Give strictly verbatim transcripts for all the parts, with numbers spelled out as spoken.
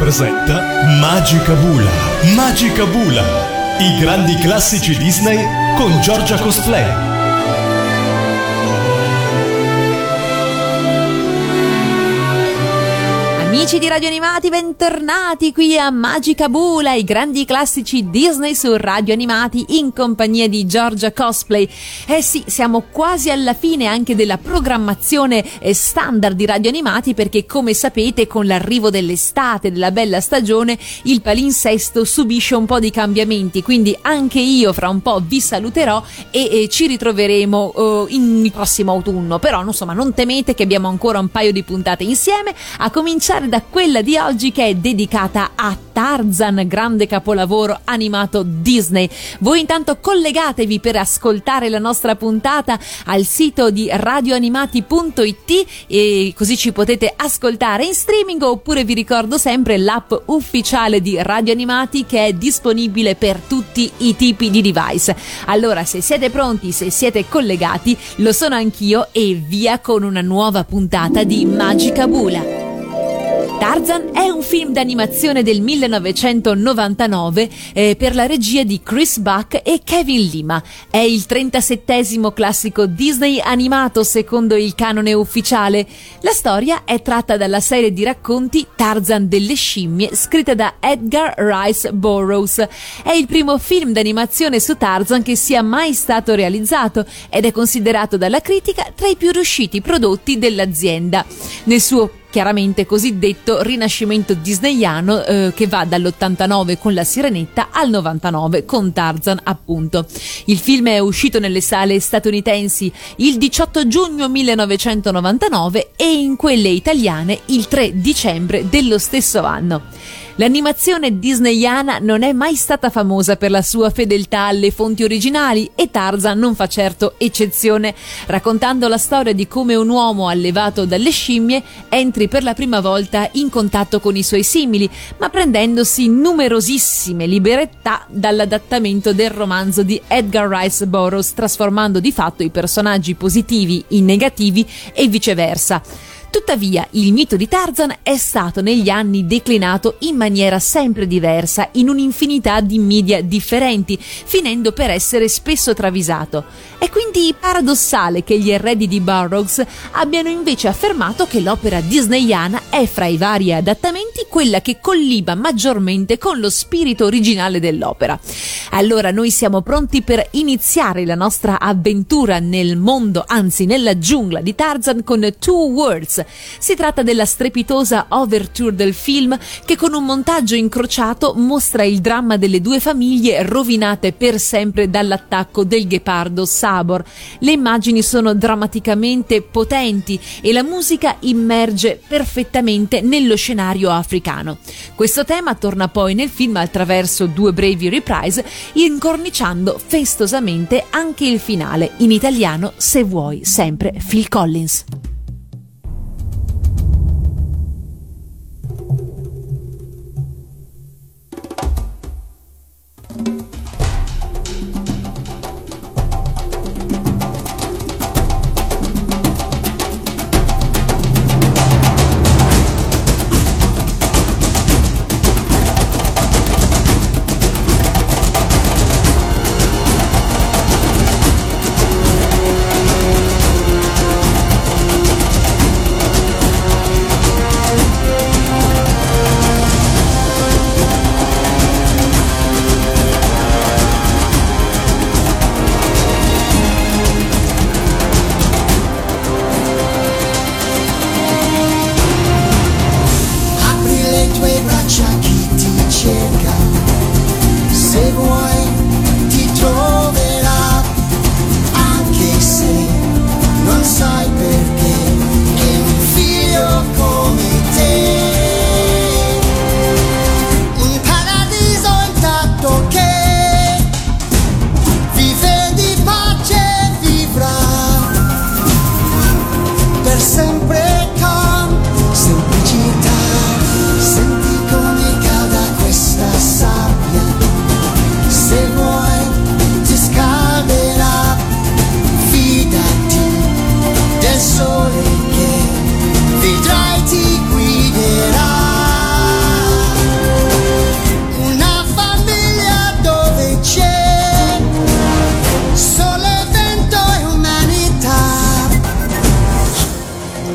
presenta Magica Bula. Magica Bula, i grandi classici Disney con Giorgia Cosplay. Amici di Radio Animati, bentornati qui a Magica Bula, i grandi classici Disney su Radio Animati in compagnia di Giorgia Cosplay. Eh sì, siamo quasi alla fine anche della programmazione standard di Radio Animati, perché come sapete con l'arrivo dell'estate, della bella stagione, il palinsesto subisce un po' di cambiamenti, quindi anche io fra un po' vi saluterò e, e ci ritroveremo uh, in il prossimo autunno. Però insomma non temete che abbiamo ancora un paio di puntate insieme, a cominciare da quella di oggi che è dedicata a Tarzan, grande capolavoro animato Disney. Voi intanto collegatevi per ascoltare la nostra puntata al sito di radioanimati punto it e così ci potete ascoltare in streaming, oppure vi ricordo sempre l'app ufficiale di Radio Animati che è disponibile per tutti i tipi di device. Allora, se siete pronti, se siete collegati, lo sono anch'io e via con una nuova puntata di Magica Bula. Tarzan è un film d'animazione del millenovecentonovantanove eh, per la regia di Chris Buck e Kevin Lima. È il trentasettesimo classico Disney animato secondo il canone ufficiale. La storia è tratta dalla serie di racconti Tarzan delle scimmie, scritta da Edgar Rice Burroughs. È il primo film d'animazione su Tarzan che sia mai stato realizzato ed è considerato dalla critica tra i più riusciti prodotti dell'azienda. Nel suo chiaramente cosiddetto rinascimento disneyano eh, che va dall'ottantanove con La Sirenetta al novantanove con Tarzan, appunto. Il film è uscito nelle sale statunitensi il diciotto giugno millenovecentonovantanove e in quelle italiane il tre dicembre dello stesso anno. L'animazione disneyana non è mai stata famosa per la sua fedeltà alle fonti originali e Tarzan non fa certo eccezione, raccontando la storia di come un uomo allevato dalle scimmie entri per la prima volta in contatto con i suoi simili, ma prendendosi numerosissime libertà dall'adattamento del romanzo di Edgar Rice Burroughs, trasformando di fatto i personaggi positivi in negativi e viceversa. Tuttavia, il mito di Tarzan è stato negli anni declinato in maniera sempre diversa in un'infinità di media differenti, finendo per essere spesso travisato. È quindi paradossale che gli eredi di Burroughs abbiano invece affermato che l'opera disneyana è fra i vari adattamenti quella che colliba maggiormente con lo spirito originale dell'opera. Allora noi siamo pronti per iniziare la nostra avventura nel mondo, anzi nella giungla di Tarzan con Two Worlds. Si tratta della strepitosa overture del film che con un montaggio incrociato mostra il dramma delle due famiglie rovinate per sempre dall'attacco del ghepardo Sabor. Le immagini sono drammaticamente potenti e la musica immerge perfettamente nello scenario africano. Questo tema torna poi nel film attraverso due brevi reprise, incorniciando festosamente anche il finale, in italiano Se vuoi sempre Phil Collins.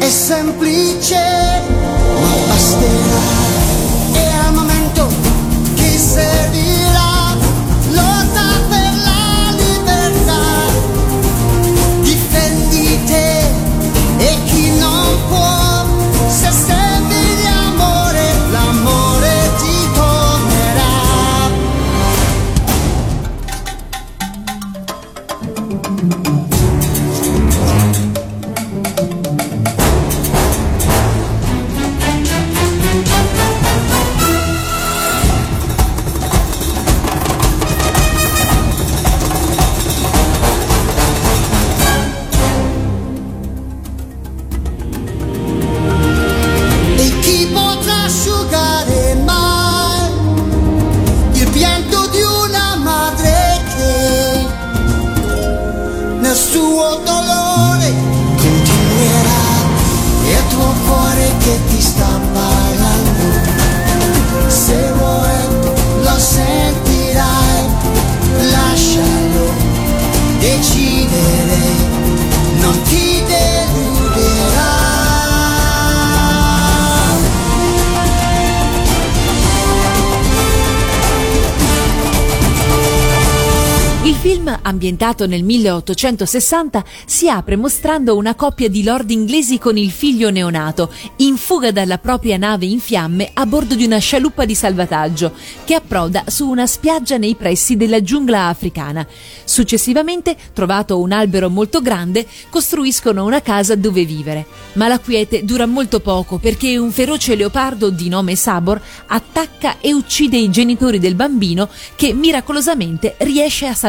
è semplice, ma basterà. È al momento che servirà, lotta per la libertà. Difendi te e chi non può, se servi l'amore, l'amore ti tornerà. E chi potrà asciugare mai il pianto di una madre che nel suo dolore continuerà? È il tuo cuore che ti sta parlando, se vuoi lo sentirai, lascialo decidere, non ti deluderà. Il film, ambientato nel milleottocentosessanta, si apre mostrando una coppia di lord inglesi con il figlio neonato, in fuga dalla propria nave in fiamme a bordo di una scialuppa di salvataggio, che approda su una spiaggia nei pressi della giungla africana. Successivamente, trovato un albero molto grande, costruiscono una casa dove vivere. Ma la quiete dura molto poco, perché un feroce leopardo di nome Sabor attacca e uccide i genitori del bambino, che miracolosamente riesce a salvarsi.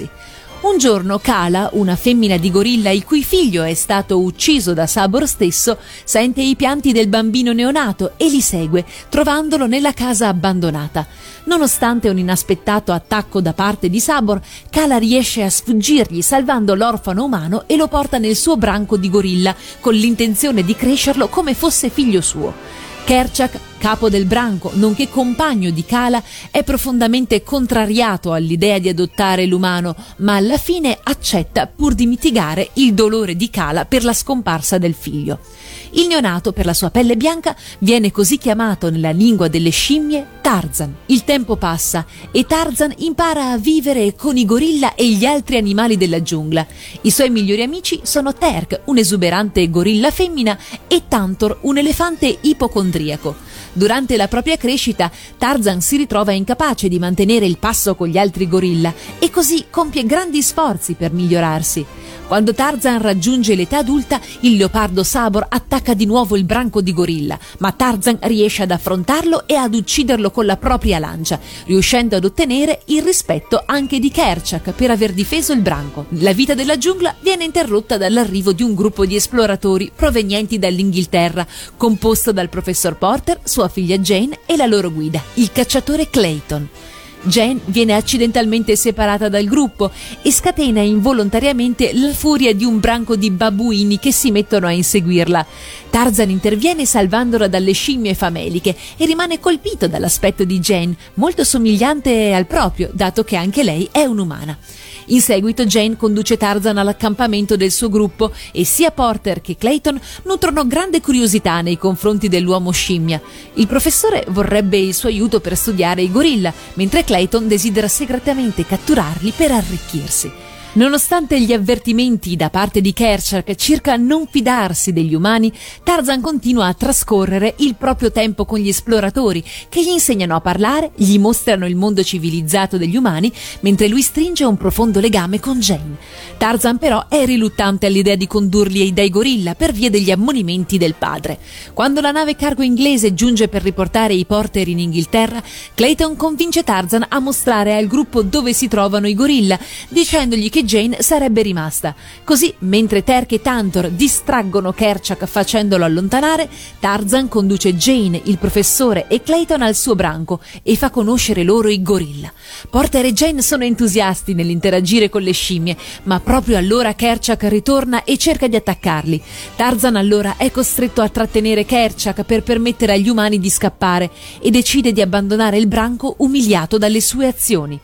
Un giorno Kala, una femmina di gorilla il cui figlio è stato ucciso da Sabor stesso, sente i pianti del bambino neonato e li segue, trovandolo nella casa abbandonata. Nonostante un inaspettato attacco da parte di Sabor, Kala riesce a sfuggirgli salvando l'orfano umano e lo porta nel suo branco di gorilla, con l'intenzione di crescerlo come fosse figlio suo. Kerchak, capo del branco, nonché compagno di Kala, è profondamente contrariato all'idea di adottare l'umano, ma alla fine accetta pur di mitigare il dolore di Kala per la scomparsa del figlio. Il neonato, per la sua pelle bianca, viene così chiamato nella lingua delle scimmie Tarzan. Il tempo passa e Tarzan impara a vivere con i gorilla e gli altri animali della giungla. I suoi migliori amici sono Terk, un esuberante gorilla femmina, e Tantor, un elefante ipocondriaco. Durante la propria crescita, Tarzan si ritrova incapace di mantenere il passo con gli altri gorilla e così compie grandi sforzi per migliorarsi. Quando Tarzan raggiunge l'età adulta, il leopardo Sabor attacca di nuovo il branco di gorilla, ma Tarzan riesce ad affrontarlo e ad ucciderlo con la propria lancia, riuscendo ad ottenere il rispetto anche di Kerchak per aver difeso il branco. La vita della giungla viene interrotta dall'arrivo di un gruppo di esploratori provenienti dall'Inghilterra, composto dal professor Porter, sua figlia Jane e la loro guida, il cacciatore Clayton. Jane viene accidentalmente separata dal gruppo e scatena involontariamente la furia di un branco di babbuini che si mettono a inseguirla. Tarzan interviene salvandola dalle scimmie fameliche e rimane colpito dall'aspetto di Jane, molto somigliante al proprio, dato che anche lei è un'umana. In seguito Jane conduce Tarzan all'accampamento del suo gruppo e sia Porter che Clayton nutrono grande curiosità nei confronti dell'uomo scimmia. Il professore vorrebbe il suo aiuto per studiare i gorilla, mentre Clayton desidera segretamente catturarli per arricchirsi. Nonostante gli avvertimenti da parte di Kerchak circa non fidarsi degli umani, Tarzan continua a trascorrere il proprio tempo con gli esploratori che gli insegnano a parlare, gli mostrano il mondo civilizzato degli umani, mentre lui stringe un profondo legame con Jane. Tarzan però è riluttante all'idea di condurli dai gorilla per via degli ammonimenti del padre. Quando la nave cargo inglese giunge per riportare i Porter in Inghilterra, Clayton convince Tarzan a mostrare al gruppo dove si trovano i gorilla, dicendogli che Jane sarebbe rimasta. Così, mentre Terk e Tantor distraggono Kerchak facendolo allontanare, Tarzan conduce Jane, il professore e Clayton al suo branco e fa conoscere loro i gorilla. Porter e Jane sono entusiasti nell'interagire con le scimmie, ma proprio allora Kerchak ritorna e cerca di attaccarli. Tarzan allora è costretto a trattenere Kerchak per permettere agli umani di scappare e decide di abbandonare il branco umiliato dalle sue azioni.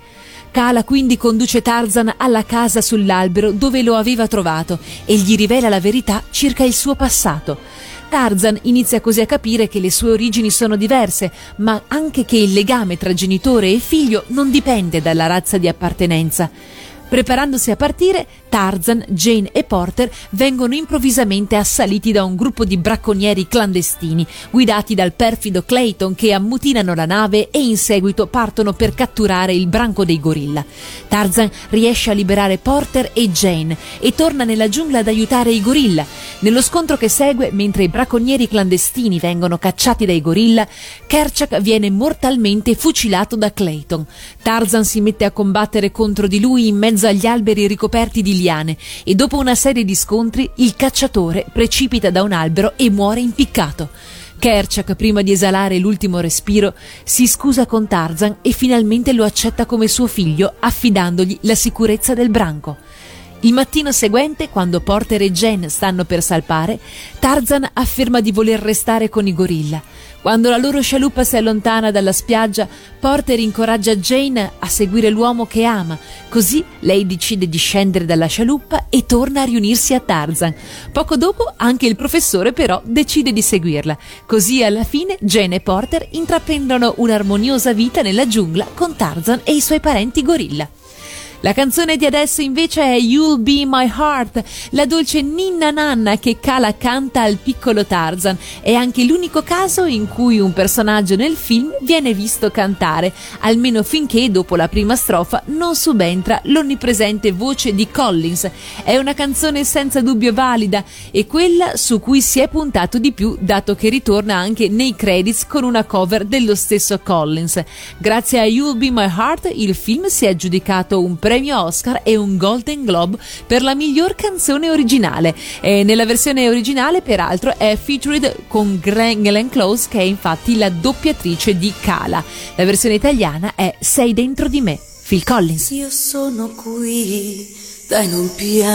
Kala quindi conduce Tarzan alla casa sull'albero dove lo aveva trovato e gli rivela la verità circa il suo passato. Tarzan inizia così a capire che le sue origini sono diverse, ma anche che il legame tra genitore e figlio non dipende dalla razza di appartenenza. Preparandosi a partire, Tarzan, Jane e Porter vengono improvvisamente assaliti da un gruppo di bracconieri clandestini, guidati dal perfido Clayton, che ammutinano la nave e in seguito partono per catturare il branco dei gorilla. Tarzan riesce a liberare Porter e Jane e torna nella giungla ad aiutare i gorilla. Nello scontro che segue, mentre i bracconieri clandestini vengono cacciati dai gorilla, Kerchak viene mortalmente fucilato da Clayton. Tarzan si mette a combattere contro di lui in mezzo agli alberi ricoperti di liane e dopo una serie di scontri il cacciatore precipita da un albero e muore impiccato. Kerchak, prima di esalare l'ultimo respiro, si scusa con Tarzan e finalmente lo accetta come suo figlio, affidandogli la sicurezza del branco. Il mattino seguente, quando Porter e Jane stanno per salpare, Tarzan afferma di voler restare con i gorilla. Quando la loro scialuppa si allontana dalla spiaggia, Porter incoraggia Jane a seguire l'uomo che ama, così lei decide di scendere dalla scialuppa e torna a riunirsi a Tarzan. Poco dopo anche il professore però decide di seguirla, così alla fine Jane e Porter intraprendono un'armoniosa vita nella giungla con Tarzan e i suoi parenti gorilla. La canzone di adesso invece è You'll Be My Heart, la dolce ninna nanna che Kala canta al piccolo Tarzan. È anche l'unico caso in cui un personaggio nel film viene visto cantare, almeno finché dopo la prima strofa non subentra l'onnipresente voce di Collins. È una canzone senza dubbio valida e quella su cui si è puntato di più, dato che ritorna anche nei credits con una cover dello stesso Collins. Grazie a You'll Be My Heart il film si è aggiudicato un premio Oscar e un Golden Globe per la miglior canzone originale, e nella versione originale peraltro è featured con Glenn Close, che è infatti la doppiatrice di Kala. La versione italiana è Sei dentro di me, Phil Collins. Io sono qui, dai non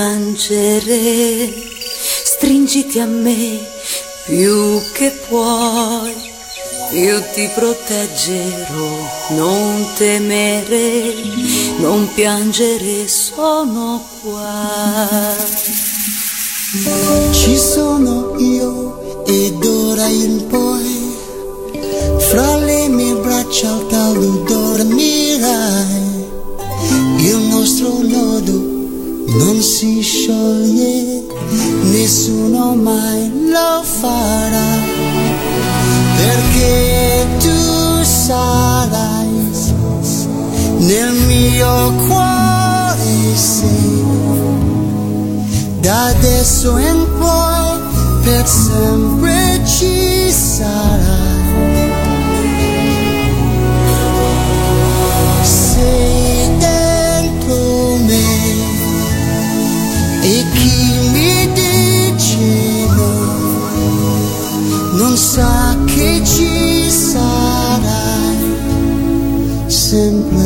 piangere, stringiti a me più che puoi. Io ti proteggerò, non temere, non piangere, sono qua. Ci sono io ed ora in poi, fra le mie braccia al caldo dormirai. Il nostro nodo non si scioglie, nessuno mai lo farà. Perché tu sarai nel mio cuore, sei da adesso in poi, per sempre ci sarai. Sei dentro me e chi mi dice no non sa che ci sarai sempre.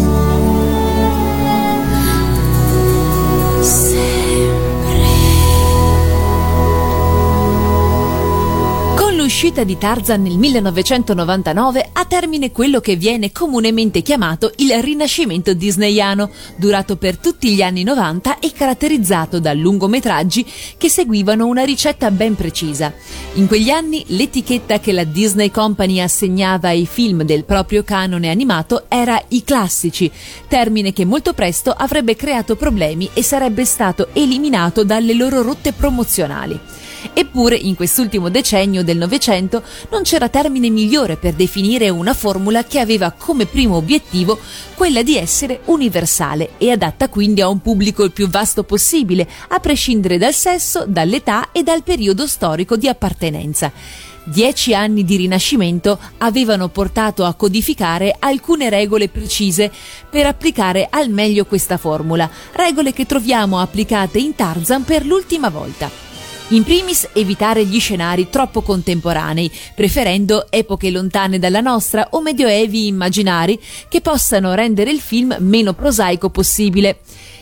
Con l'uscita di Tarzan nel millenovecentonovantanove ha termine quello che viene comunemente chiamato il rinascimento disneyano, durato per tutti gli anni novanta e caratterizzato da lungometraggi che seguivano una ricetta ben precisa. In quegli anni l'etichetta che la Disney Company assegnava ai film del proprio canone animato era i classici, termine che molto presto avrebbe creato problemi e sarebbe stato eliminato dalle loro rotte promozionali. Eppure in quest'ultimo decennio del Novecento non c'era termine migliore per definire una formula che aveva come primo obiettivo quella di essere universale e adatta quindi a un pubblico il più vasto possibile, a prescindere dal sesso, dall'età e dal periodo storico di appartenenza. Dieci anni di rinascimento avevano portato a codificare alcune regole precise per applicare al meglio questa formula, regole che troviamo applicate in Tarzan per l'ultima volta. In primis, evitare gli scenari troppo contemporanei, preferendo epoche lontane dalla nostra o medioevi immaginari che possano rendere il film meno prosaico possibile.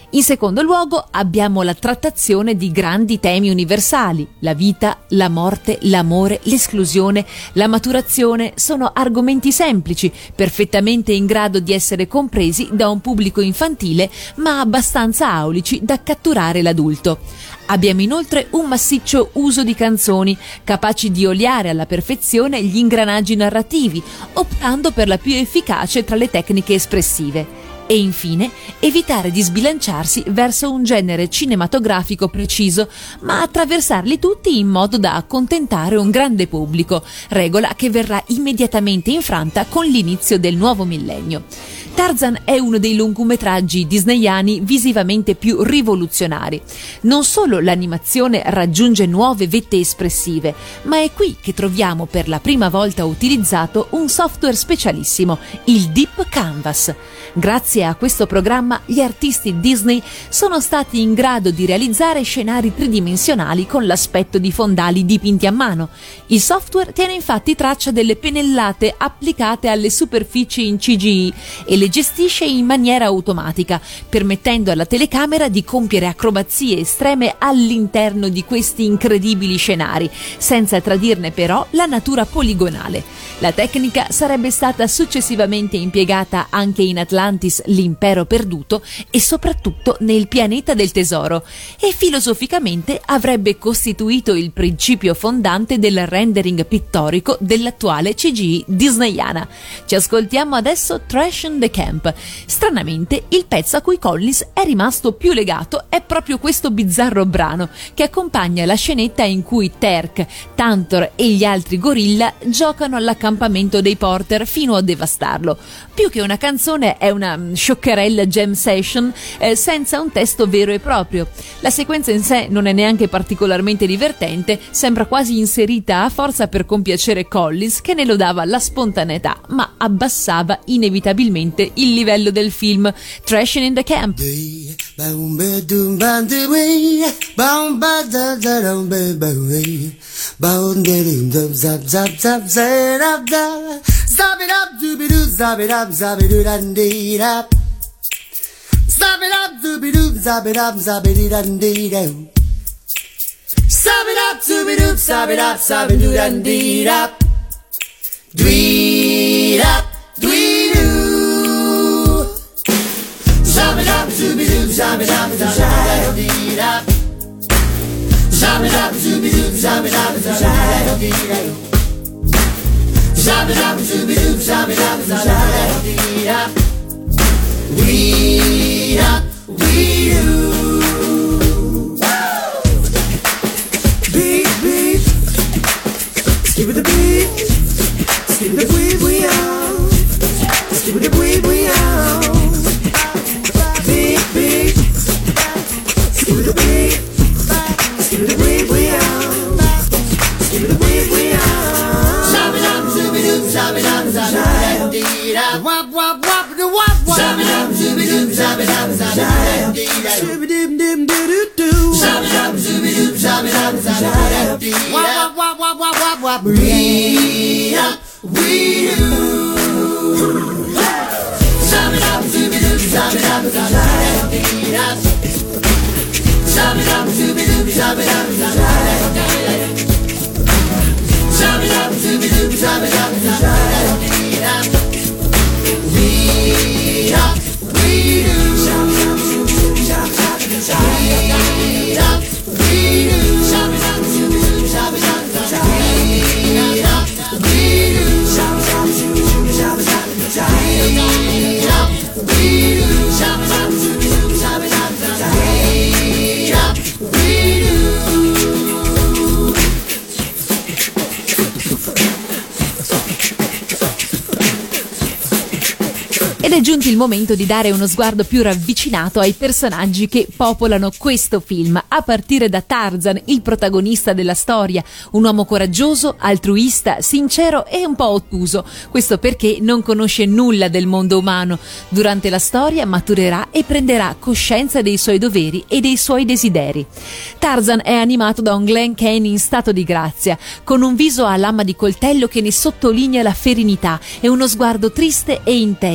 In secondo luogo abbiamo la trattazione di grandi temi universali: la vita, la morte, l'amore, l'esclusione, la maturazione. Sono argomenti semplici, perfettamente in grado di essere compresi da un pubblico infantile, ma abbastanza aulici da catturare l'adulto. Abbiamo inoltre un massiccio uso di canzoni, capaci di oliare alla perfezione gli ingranaggi narrativi, optando per la più efficace tra le tecniche espressive. E infine, evitare di sbilanciarsi verso un genere cinematografico preciso, ma attraversarli tutti in modo da accontentare un grande pubblico, regola che verrà immediatamente infranta con l'inizio del nuovo millennio. Tarzan è uno dei lungometraggi disneyani visivamente più rivoluzionari. Non solo l'animazione raggiunge nuove vette espressive, ma è qui che troviamo per la prima volta utilizzato un software specialissimo, il Deep Canvas. Grazie a questo programma gli artisti Disney sono stati in grado di realizzare scenari tridimensionali con l'aspetto di fondali dipinti a mano. Il software tiene infatti traccia delle pennellate applicate alle superfici in C G I e le gestisce in maniera automatica, permettendo alla telecamera di compiere acrobazie estreme all'interno di questi incredibili scenari, senza tradirne però la natura poligonale. La tecnica sarebbe stata successivamente impiegata anche in Atlantis, l'impero perduto, e soprattutto nel pianeta del tesoro, e filosoficamente avrebbe costituito il principio fondante del rendering pittorico dell'attuale C G I disneyana. Ci ascoltiamo adesso Trash in the Camp. Stranamente, il pezzo a cui Collins è rimasto più legato è proprio questo bizzarro brano che accompagna la scenetta in cui Terk, Tantor e gli altri gorilla giocano all'accampamento dei Porter fino a devastarlo. Più che una canzone è una scioccherella jam session eh, senza un testo vero e proprio. La sequenza in sé non è neanche particolarmente divertente, sembra quasi inserita a forza per compiacere Collins, che ne lodava la spontaneità ma abbassava inevitabilmente il livello del film. Trashing in the Camp. Stop it up, doobie doo, zap it up, zap it doo, dan dee da. Stop it up, doobie doo, zap it up, zap it doo, dan dee da. Stop it up, doobie doo, zap it up, zap it doo, dan dee da. Dwee up, dwee doo. Zap it up, doobie doo, zap it up, zap it dee da. Zap it up, doobie doo, zap it up, zap it dee da. Zap it up, zooby doo, zap it up, zap it up, we up, we do. Beat, beat, skip with the beat, skip with the beat, we out, skip with the beat, we out. Beat, beat, skip with the beat, skip with the beat, we out, skip with the beat, we out. Zap it up, zap it up, dee da. Wop wop wop do wop wop. Zap it up, zooby doo, zap it up, zap it up, dee da. Zooby dim dim doo doo doo. Zap it up, zooby doo, zap it up, zap it up, dee da. Wop wop wop wop wop wop. We up, we do. Zap it up, zooby doo, zap it up, zap it up, dee da. Zap it up, zooby doo, zap it up, zap it up, dee da. Zap it up, zooby doo, zap it up, zap it up, dee da. We up, we do. Zap it up, zooby doo, zap it up, zap it up, we up, we do. Zap it up, zooby doo, zap it up, zap it up, we do. Zap it up, zooby doo, zap it up, zap it up, we up, we do. Zap it up, zooby doo, zap it up, zap it up, we do. Ed è giunto il momento di dare uno sguardo più ravvicinato ai personaggi che popolano questo film, a partire da Tarzan, il protagonista della storia, un uomo coraggioso, altruista, sincero e un po' ottuso. Questo perché non conosce nulla del mondo umano. Durante la storia maturerà e prenderà coscienza dei suoi doveri e dei suoi desideri. Tarzan è animato da un Glen Keane in stato di grazia, con un viso a lama di coltello che ne sottolinea la ferinità e uno sguardo triste e intenso,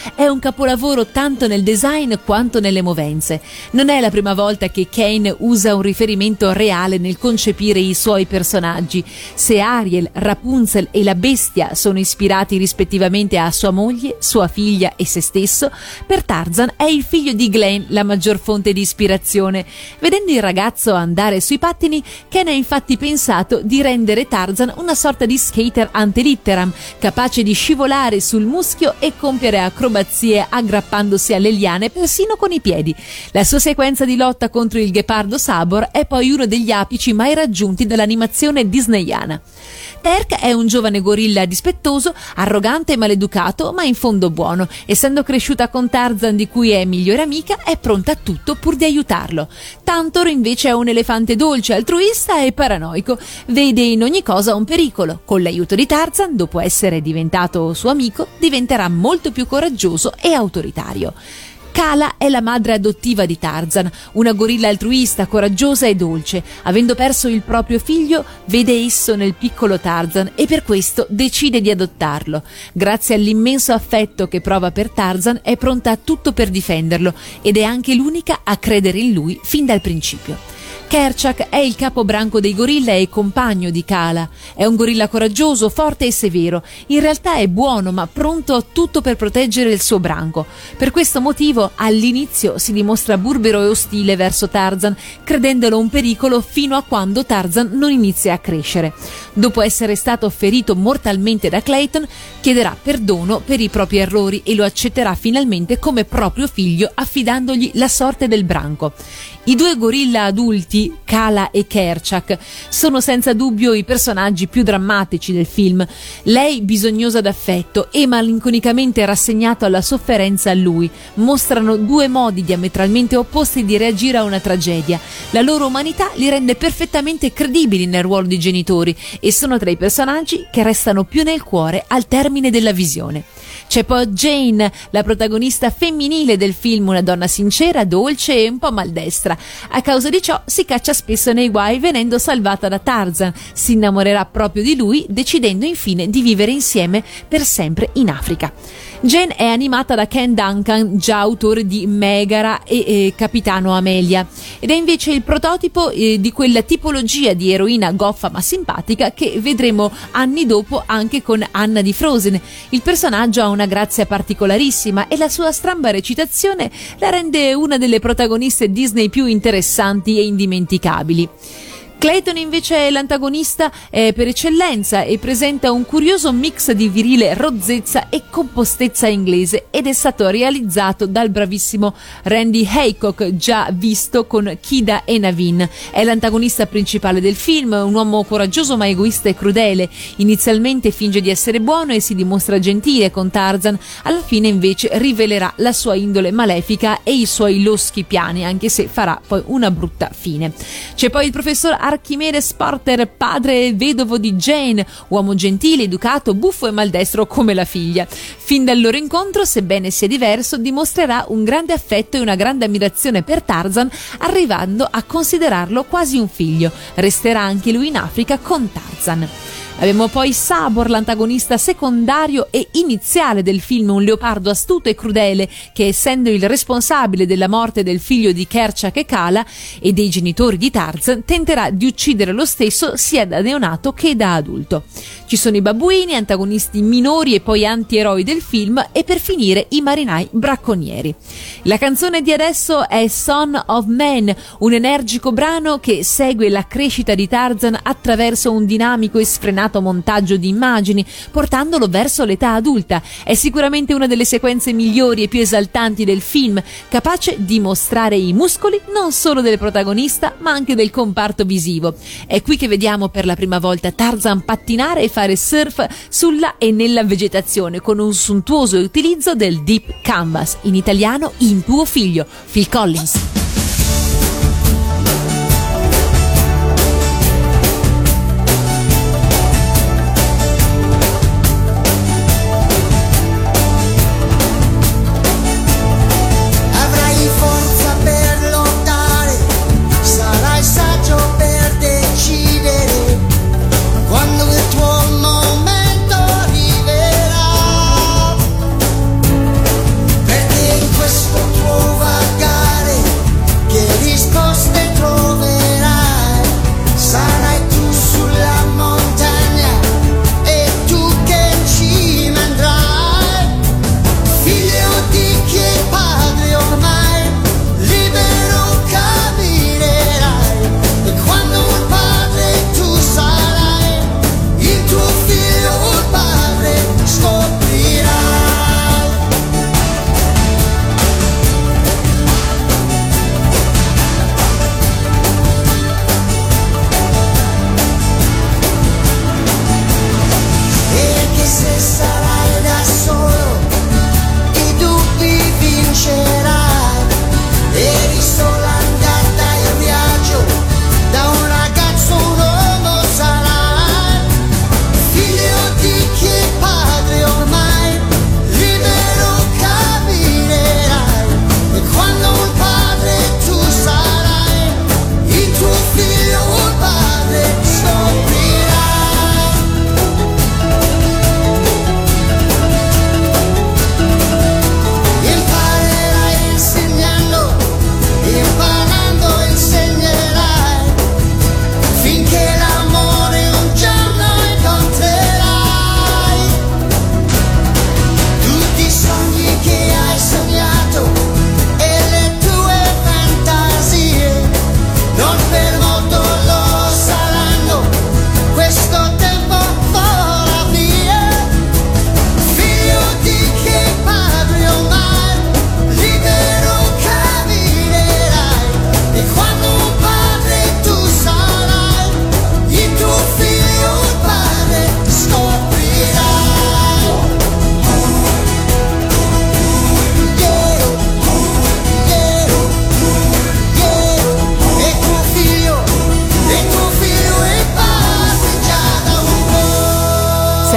è un capolavoro tanto nel design quanto nelle movenze. Non è la prima volta che Kane usa un riferimento reale nel concepire i suoi personaggi. Se Ariel, Rapunzel e la bestia sono ispirati rispettivamente a sua moglie, sua figlia e se stesso, per Tarzan è il figlio di Glenn la maggior fonte di ispirazione. Vedendo il ragazzo andare sui pattini, Ken ha infatti pensato di rendere Tarzan una sorta di skater ante litteram, capace di scivolare sul muschio e compiere acrobazie aggrappandosi alle liane persino con i piedi. La sua sequenza di lotta contro il ghepardo Sabor è poi uno degli apici mai raggiunti dall'animazione disneyana. Terk è un giovane gorilla dispettoso, arrogante e maleducato, ma in fondo buono. Essendo cresciuta con Tarzan, di cui è migliore amica, è pronta a tutto pur di aiutarlo. Tantor invece è un elefante dolce, altruista e paranoico. Vede in ogni cosa un pericolo. Con l'aiuto di Tarzan, dopo essere diventato suo amico, diventerà molto più coraggioso e autoritario. Kala è la madre adottiva di Tarzan, una gorilla altruista, coraggiosa e dolce. Avendo perso il proprio figlio, vede esso nel piccolo Tarzan e per questo decide di adottarlo. Grazie all'immenso affetto che prova per Tarzan, è pronta a tutto per difenderlo ed è anche l'unica a credere in lui fin dal principio. Kerchak è il capobranco dei gorilla e compagno di Kala. È un gorilla coraggioso, forte e severo. In realtà è buono, ma pronto a tutto per proteggere il suo branco. Per questo motivo, all'inizio si dimostra burbero e ostile verso Tarzan, credendolo un pericolo fino a quando Tarzan non inizia a crescere. Dopo essere stato ferito mortalmente da Clayton, chiederà perdono per i propri errori e lo accetterà finalmente come proprio figlio, affidandogli la sorte del branco. I due gorilla adulti, Kala e Kerchak, sono senza dubbio i personaggi più drammatici del film. Lei, bisognosa d'affetto, e malinconicamente rassegnato alla sofferenza a lui, mostrano due modi diametralmente opposti di reagire a una tragedia. La loro umanità li rende perfettamente credibili nel ruolo di genitori e sono tra i personaggi che restano più nel cuore al termine della visione. C'è poi Jane, la protagonista femminile del film, una donna sincera, dolce e un po' maldestra. A causa di ciò si caccia spesso nei guai venendo salvata da Tarzan. Si innamorerà proprio di lui, decidendo infine di vivere insieme per sempre in Africa. Jane è animata da Ken Duncan, già autore di Megara e eh, Capitano Amelia, ed è invece il prototipo eh, di quella tipologia di eroina goffa ma simpatica che vedremo anni dopo anche con Anna di Frozen. Il personaggio ha una grazia particolarissima e la sua stramba recitazione la rende una delle protagoniste Disney più interessanti e indimenticabili. Clayton invece è l'antagonista eh, per eccellenza e presenta un curioso mix di virile rozzezza e compostezza inglese ed è stato realizzato dal bravissimo Randy Haycock, già visto con Kida e Naveen. È l'antagonista principale del film, un uomo coraggioso ma egoista e crudele. Inizialmente finge di essere buono e si dimostra gentile con Tarzan, alla fine invece rivelerà la sua indole malefica e i suoi loschi piani, anche se farà poi una brutta fine. C'è poi il professor Archimedes Porter, padre e vedovo di Jane, uomo gentile, educato, buffo e maldestro come la figlia. Fin dal loro incontro, sebbene sia diverso, dimostrerà un grande affetto e una grande ammirazione per Tarzan, arrivando a considerarlo quasi un figlio. Resterà anche lui in Africa con Tarzan. Abbiamo poi Sabor, l'antagonista secondario e iniziale del film, un leopardo astuto e crudele che, essendo il responsabile della morte del figlio di Kerchak e Kala e dei genitori di Tarzan, tenterà di uccidere lo stesso sia da neonato che da adulto. Ci sono i babbuini, antagonisti minori e poi antieroi del film, e per finire i marinai bracconieri. La canzone di adesso è Son of Man, un energico brano che segue la crescita di Tarzan attraverso un dinamico e sfrenato montaggio di immagini, portandolo verso l'età adulta. È sicuramente una delle sequenze migliori e più esaltanti del film, capace di mostrare i muscoli non solo del protagonista ma anche del comparto visivo. È qui che vediamo per la prima volta Tarzan pattinare e fare surf sulla e nella vegetazione con un sontuoso utilizzo del deep canvas, in italiano In tuo figlio, Phil Collins.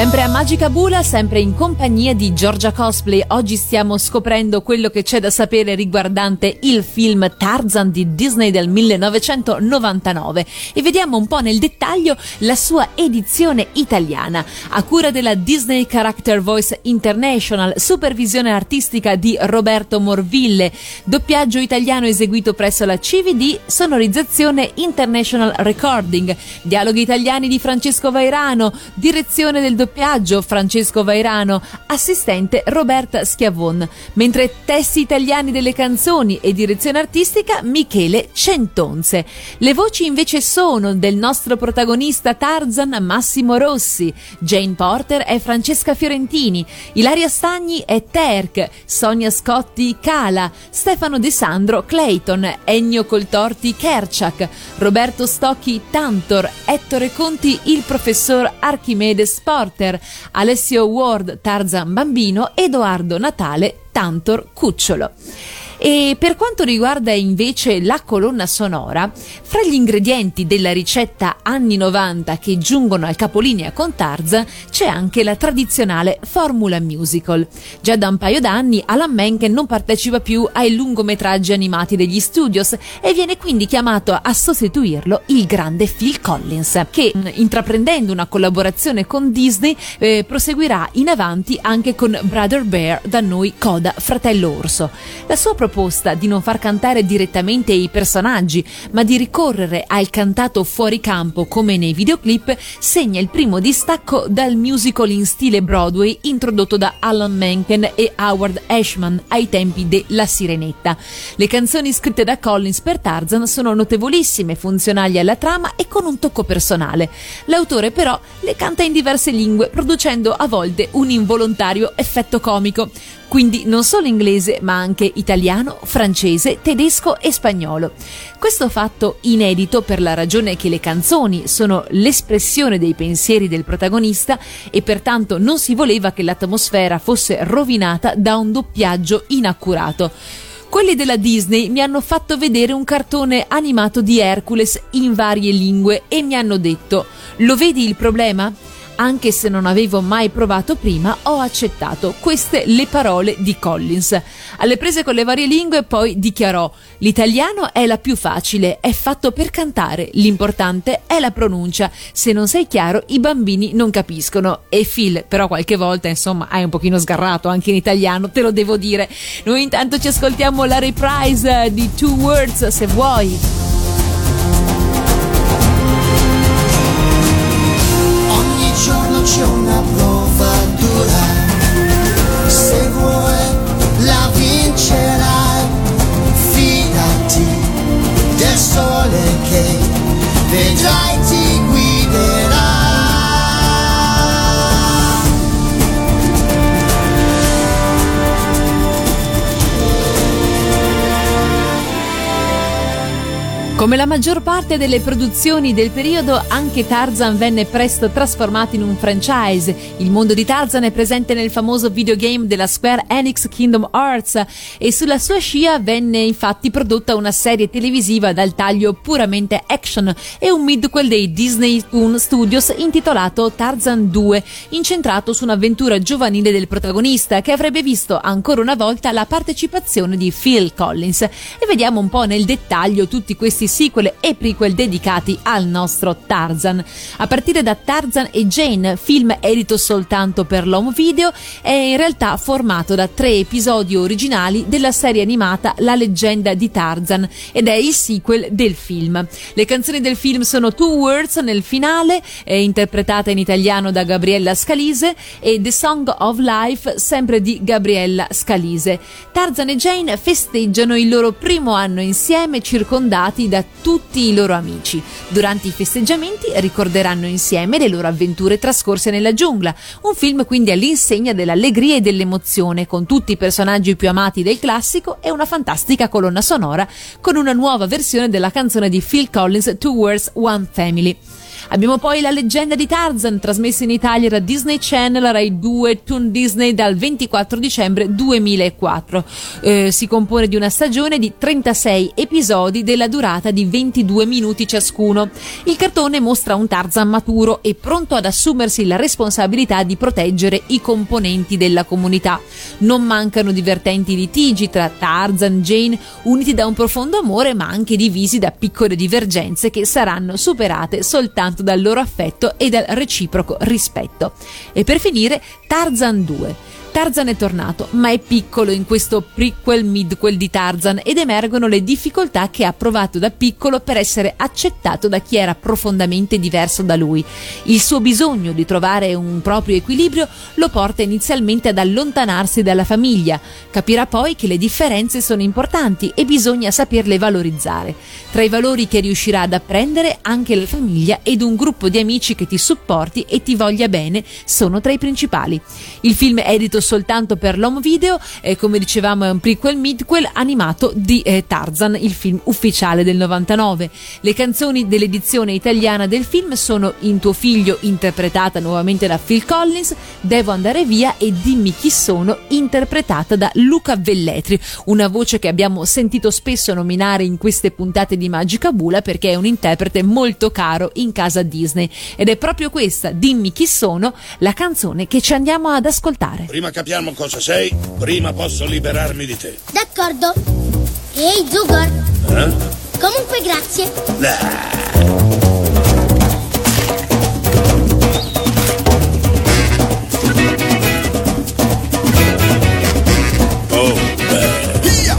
Sempre a Magica Bula, sempre in compagnia di Giorgia Cosplay. Oggi stiamo scoprendo quello che c'è da sapere riguardante il film Tarzan di Disney del millenovecentonovantanove e vediamo un po' nel dettaglio la sua edizione italiana. A cura della Disney Character Voice International, supervisione artistica di Roberto Morville, doppiaggio italiano eseguito presso la C V D, sonorizzazione International Recording, dialoghi italiani di Francesco Vairano, direzione del doppiaggio Francesco Vairano, assistente Roberta Schiavon, mentre testi italiani delle canzoni e direzione artistica Michele Centonze. Le voci invece sono del nostro protagonista Tarzan Massimo Rossi, Jane Porter è Francesca Fiorentini, Ilaria Stagni è Terk, Sonia Scotti Cala, Stefano De Sandro Clayton, Ennio Coltorti Kerchak, Roberto Stocchi Tantor, Ettore Conti il professor Archimedes Porter, Alessio Ward Tarzan Bambino, Edoardo Natale Tantor Cucciolo. E per quanto riguarda invece la colonna sonora, fra gli ingredienti della ricetta anni novanta che giungono al capolinea con Tarzan c'è anche la tradizionale formula musical. Già da un paio d'anni Alan Menken non partecipa più ai lungometraggi animati degli studios e viene quindi chiamato a sostituirlo il grande Phil Collins, che intraprendendo una collaborazione con Disney eh, proseguirà in avanti anche con Brother Bear, da noi coda Fratello Orso. La sua proposta di non far cantare direttamente i personaggi, ma di ricorrere al cantato fuori campo come nei videoclip, segna il primo distacco dal musical in stile Broadway introdotto da Alan Menken e Howard Ashman ai tempi de La Sirenetta. Le canzoni scritte da Collins per Tarzan sono notevolissime, funzionali alla trama e con un tocco personale. L'autore però le canta in diverse lingue, producendo a volte un involontario effetto comico. Quindi non solo inglese ma anche italiano, francese, tedesco e spagnolo. Questo fatto inedito per la ragione che le canzoni sono l'espressione dei pensieri del protagonista e pertanto non si voleva che l'atmosfera fosse rovinata da un doppiaggio inaccurato. Quelli della Disney mi hanno fatto vedere un cartone animato di Hercules in varie lingue e mi hanno detto: lo vedi il problema? Anche se non avevo mai provato prima, ho accettato. Queste le parole di Collins. Alle prese con le varie lingue poi dichiarò: l'italiano è la più facile, è fatto per cantare, l'importante è la pronuncia, se non sei chiaro i bambini non capiscono. E Phil però qualche volta insomma hai un pochino sgarrato anche in italiano, te lo devo dire. Noi intanto ci ascoltiamo la reprise di Two Words, se vuoi. Giorno c'è una prova dura, se vuoi la vincerai, fidati del sole che vedrai ti guiderà. Come la maggior parte delle produzioni del periodo, anche Tarzan venne presto trasformato in un franchise. Il mondo di Tarzan è presente nel famoso videogame della Square Enix Kingdom Hearts e sulla sua scia venne infatti prodotta una serie televisiva dal taglio puramente action e un midquel dei Disney Toon Studios intitolato Tarzan due, incentrato su un'avventura giovanile del protagonista che avrebbe visto ancora una volta la partecipazione di Phil Collins. E vediamo un po' nel dettaglio tutti questi sequel e prequel dedicati al nostro Tarzan. A partire da Tarzan e Jane, film edito soltanto per l'home video, è in realtà formato da tre episodi originali della serie animata La leggenda di Tarzan ed è il sequel del film. Le canzoni del film sono Two Words nel finale, è interpretata in italiano da Gabriella Scalise, e The Song of Life, sempre di Gabriella Scalise. Tarzan e Jane festeggiano il loro primo anno insieme, circondati da tutti i loro amici. Durante i festeggiamenti ricorderanno insieme le loro avventure trascorse nella giungla, un film quindi all'insegna dell'allegria e dell'emozione, con tutti i personaggi più amati del classico e una fantastica colonna sonora con una nuova versione della canzone di Phil Collins Two Words One Family. Abbiamo poi La leggenda di Tarzan, trasmessa in Italia da Disney Channel, Rai due, Toon Disney dal ventiquattro dicembre duemilaquattro. Eh, si compone di una stagione di trentasei episodi della durata di ventidue minuti ciascuno. Il cartone mostra un Tarzan maturo e pronto ad assumersi la responsabilità di proteggere i componenti della comunità. Non mancano divertenti litigi tra Tarzan e Jane, uniti da un profondo amore ma anche divisi da piccole divergenze che saranno superate soltanto dal loro affetto e dal reciproco rispetto. E per finire Tarzan due. Tarzan è tornato, ma è piccolo in questo prequel midquel di Tarzan ed emergono le difficoltà che ha provato da piccolo per essere accettato da chi era profondamente diverso da lui. Il suo bisogno di trovare un proprio equilibrio lo porta inizialmente ad allontanarsi dalla famiglia. Capirà poi che le differenze sono importanti e bisogna saperle valorizzare. Tra i valori che riuscirà ad apprendere, anche la famiglia ed un gruppo di amici che ti supporti e ti voglia bene sono tra i principali. Il film è edito soltanto per l'home video e, come dicevamo, è un prequel midquel animato di eh, Tarzan, il film ufficiale del novantanove. Le canzoni dell'edizione italiana del film sono In tuo figlio, interpretata nuovamente da Phil Collins, Devo andare via e Dimmi chi sono, interpretata da Luca Velletri, una voce che abbiamo sentito spesso nominare in queste puntate di Magica Bula perché è un interprete molto caro in casa Disney, ed è proprio questa, Dimmi chi sono, la canzone che ci andiamo ad ascoltare. Prima capiamo cosa sei, prima posso liberarmi di te. D'accordo. Ehi, Zugor. Eh? Comunque grazie. Ah. Oh, beh.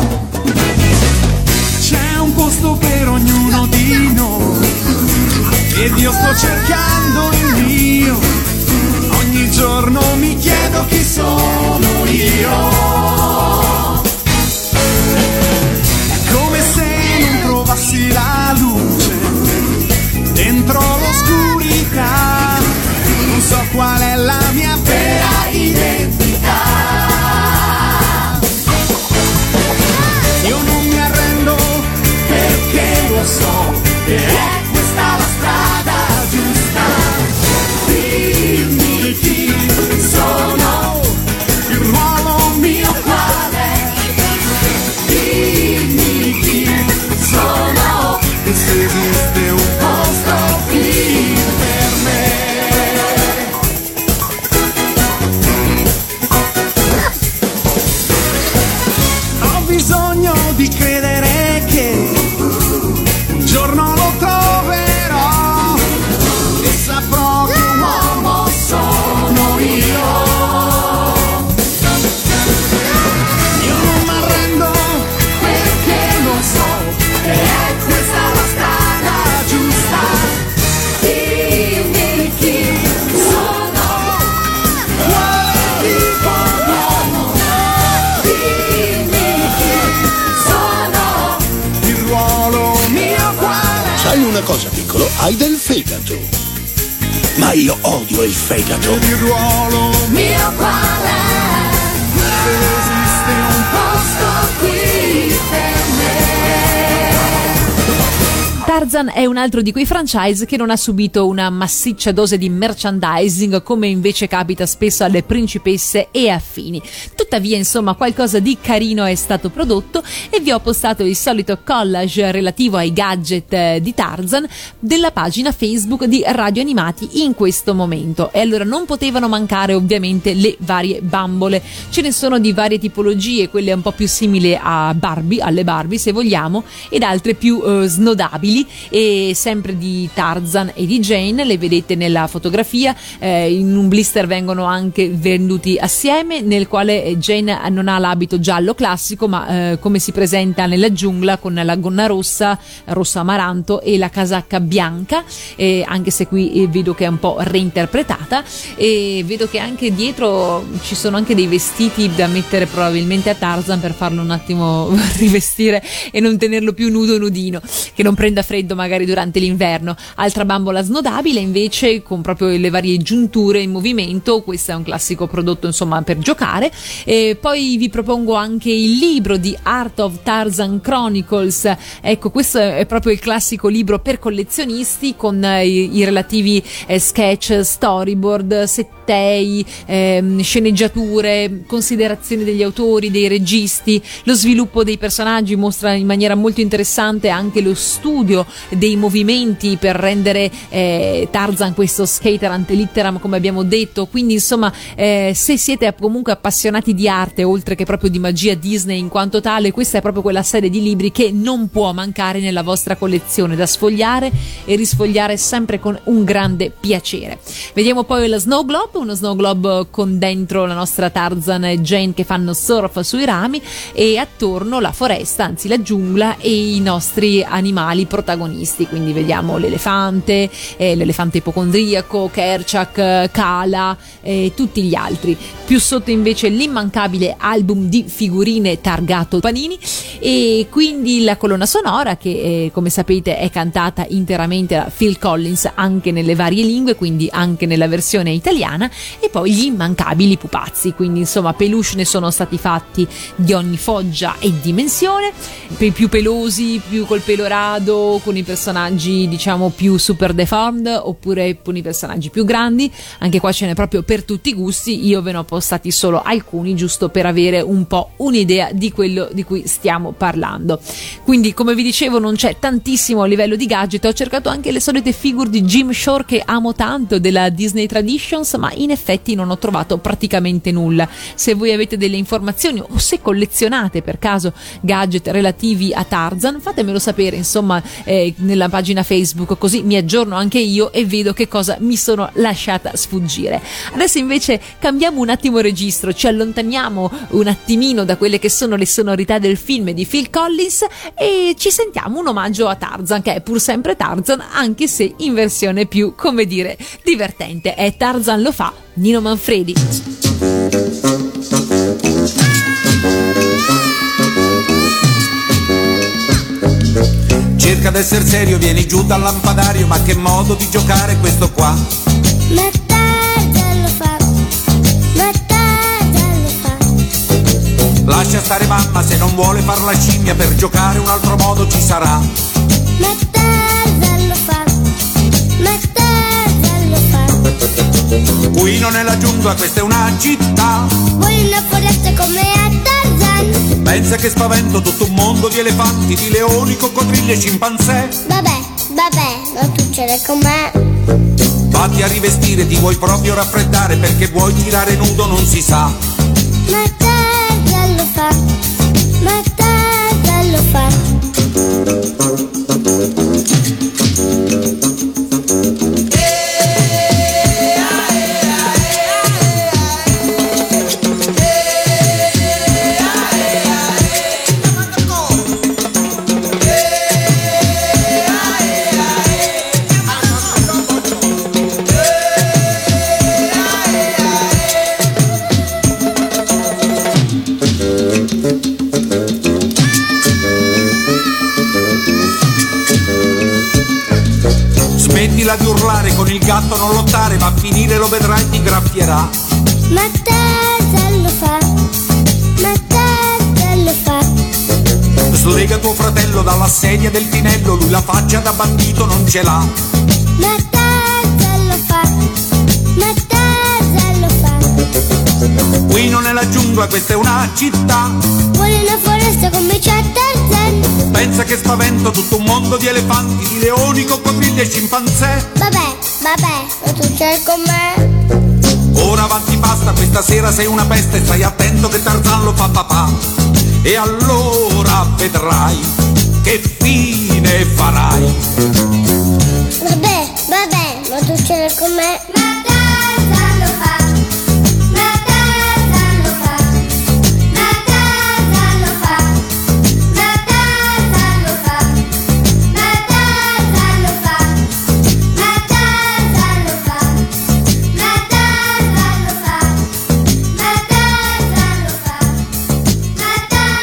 C'è un posto per ognuno di noi ed io sto cercando il mio. Ogni giorno mi chiedo chi sono io. È come se non trovassi la luce dentro l'oscurità. Non so qual è la mia vera identità. Io non mi arrendo perché lo so che è questa la strada giusta. Dimmi chi sono, il ruolo mio qual è. Dimmi chi sono, e se esiste un posto qui per me. Ho bisogno di credere che un giorno lo troverò e saprò che un uomo sono io. Io non mi arrendo perché lo so che è questa la strada giusta. Dimmi chi sono, quale tipo d'uomo. Dimmi chi sono, il ruolo mio qual è. Sai una cosa, piccolo? Hai del fegato. Ma io odio il fegato. Il ruolo mio qual è? Se esiste un posto qui per me. Tarzan è un altro di quei franchise che non ha subito una massiccia dose di merchandising come invece capita spesso alle principesse e affini. Tuttavia, insomma, qualcosa di carino è stato prodotto e vi ho postato il solito collage relativo ai gadget di Tarzan della pagina Facebook di Radio Animati in questo momento. E allora non potevano mancare ovviamente le varie bambole. Ce ne sono di varie tipologie, quelle un po' più simili a Barbie, alle Barbie se vogliamo, ed altre più eh, snodabili, e sempre di Tarzan e di Jane, le vedete nella fotografia. Eh, in un blister vengono anche venduti assieme, nel quale Jane non ha l'abito giallo classico ma eh, come si presenta nella giungla con la gonna rossa, rosso amaranto e la casacca bianca, eh, anche se qui eh, vedo che è un po' reinterpretata, e vedo che anche dietro ci sono anche dei vestiti da mettere probabilmente a Tarzan per farlo un attimo rivestire e non tenerlo più nudo nudino, che non prenda freddo magari durante l'inverno. Altra bambola snodabile invece con proprio le varie giunture in movimento, questo è un classico prodotto insomma per giocare, E poi vi propongo anche il libro di Art of Tarzan Chronicles. Ecco, questo è proprio il classico libro per collezionisti con eh, i, i relativi eh, sketch, storyboard, settei, ehm, sceneggiature, considerazioni degli autori, dei registi, lo sviluppo dei personaggi. Mostra in maniera molto interessante anche lo studio dei movimenti per rendere eh, Tarzan questo skater ante litteram, come abbiamo detto. Quindi insomma, eh, se siete comunque appassionati di arte oltre che proprio di magia Disney in quanto tale, questa è proprio quella serie di libri che non può mancare nella vostra collezione, da sfogliare e risfogliare sempre con un grande piacere. Vediamo poi la Snow Globe, uno Snow Globe con dentro la nostra Tarzan e Jane che fanno surf sui rami e attorno la foresta, anzi la giungla, e i nostri animali protagonisti. Quindi vediamo l'elefante, eh, l'elefante ipocondriaco, Kerchak, Kala e tutti gli altri. Più sotto invece l'immancabile album di figurine targato Panini, e quindi la colonna sonora che eh, come sapete è cantata interamente da Phil Collins anche nelle varie lingue, quindi anche nella versione italiana. E poi gli immancabili pupazzi, quindi insomma peluche ne sono stati fatti di ogni foggia e dimensione, per i più pelosi, più col pelo rado, con i personaggi diciamo più super deformed, oppure con i personaggi più grandi. Anche qua ce n'è proprio per tutti i gusti. Io ve ne ho postati solo alcuni giusto per avere un po' un'idea di quello di cui stiamo parlando. Quindi come vi dicevo non c'è tantissimo a livello di gadget. Ho cercato anche le solite figure di Jim Shore che amo tanto, della Disney Traditions, ma in effetti non ho trovato praticamente nulla. Se voi avete delle informazioni o se collezionate per caso gadget relativi a Tarzan, fatemelo sapere insomma eh, nella pagina Facebook, così mi aggiorno anche io e vedo che cosa mi sono lasciata sfuggire. Adesso invece cambiamo un attimo registro, ci allontaniamo un attimino da quelle che sono le sonorità del film di Phil Collins e ci sentiamo un omaggio a Tarzan, che è pur sempre Tarzan, anche se in versione più, come dire, divertente. È Tarzan lo fa, Nino Manfredi. Cerca d'essere serio, vieni giù dal lampadario, ma che modo di giocare è questo qua? Ma Tarzan lo fa, ma Tarzan lo fa. Lascia stare mamma se non vuole far la scimmia, per giocare un altro modo ci sarà. Ma Tarzan lo fa, ma Tarzan lo fa. Qui non è la giungla, questa è una città. Vuoi una foresta come a Tarzan? Pensa che spavento tutto un mondo di elefanti, di leoni, coccodrilli e scimpanzé. Vabbè, vabbè, non succede con me. Vatti a rivestire, ti vuoi proprio raffreddare, perché vuoi tirare nudo non si sa. Ma Tarzan lo fa, ma Tarzan lo fa. Smettila di urlare, con il gatto non lottare, va a finire lo vedrai ti graffierà. Ma Tarzan lo fa, ma Tarzan lo fa. Slega tuo fratello dalla sedia del tinello, lui la faccia da bandito non ce l'ha. Ma Tarzan lo fa, ma Tarzan lo fa. Qui non è la giungla, questa è una città. Vuole una foresta come c'è Tarzan? Pensa che spavento tutto un mondo di elefanti, di leoni, coccodrilli e scimpanzé. Vabbè, vabbè, non succede con me. Ora avanti basta, questa sera sei una peste, stai attento che Tarzan lo fa papà. E allora vedrai che fine farai. Vabbè, vabbè, non succede con me. Ma Tarzan lo fa, ma Tarzan lo fa, ma Tarzan lo fa, ma Tarzan lo fa, ma Tarzan lo fa, ma Tarzan lo fa, ma Tarzan lo fa, ma Tarzan lo fa, ma Tarzan. A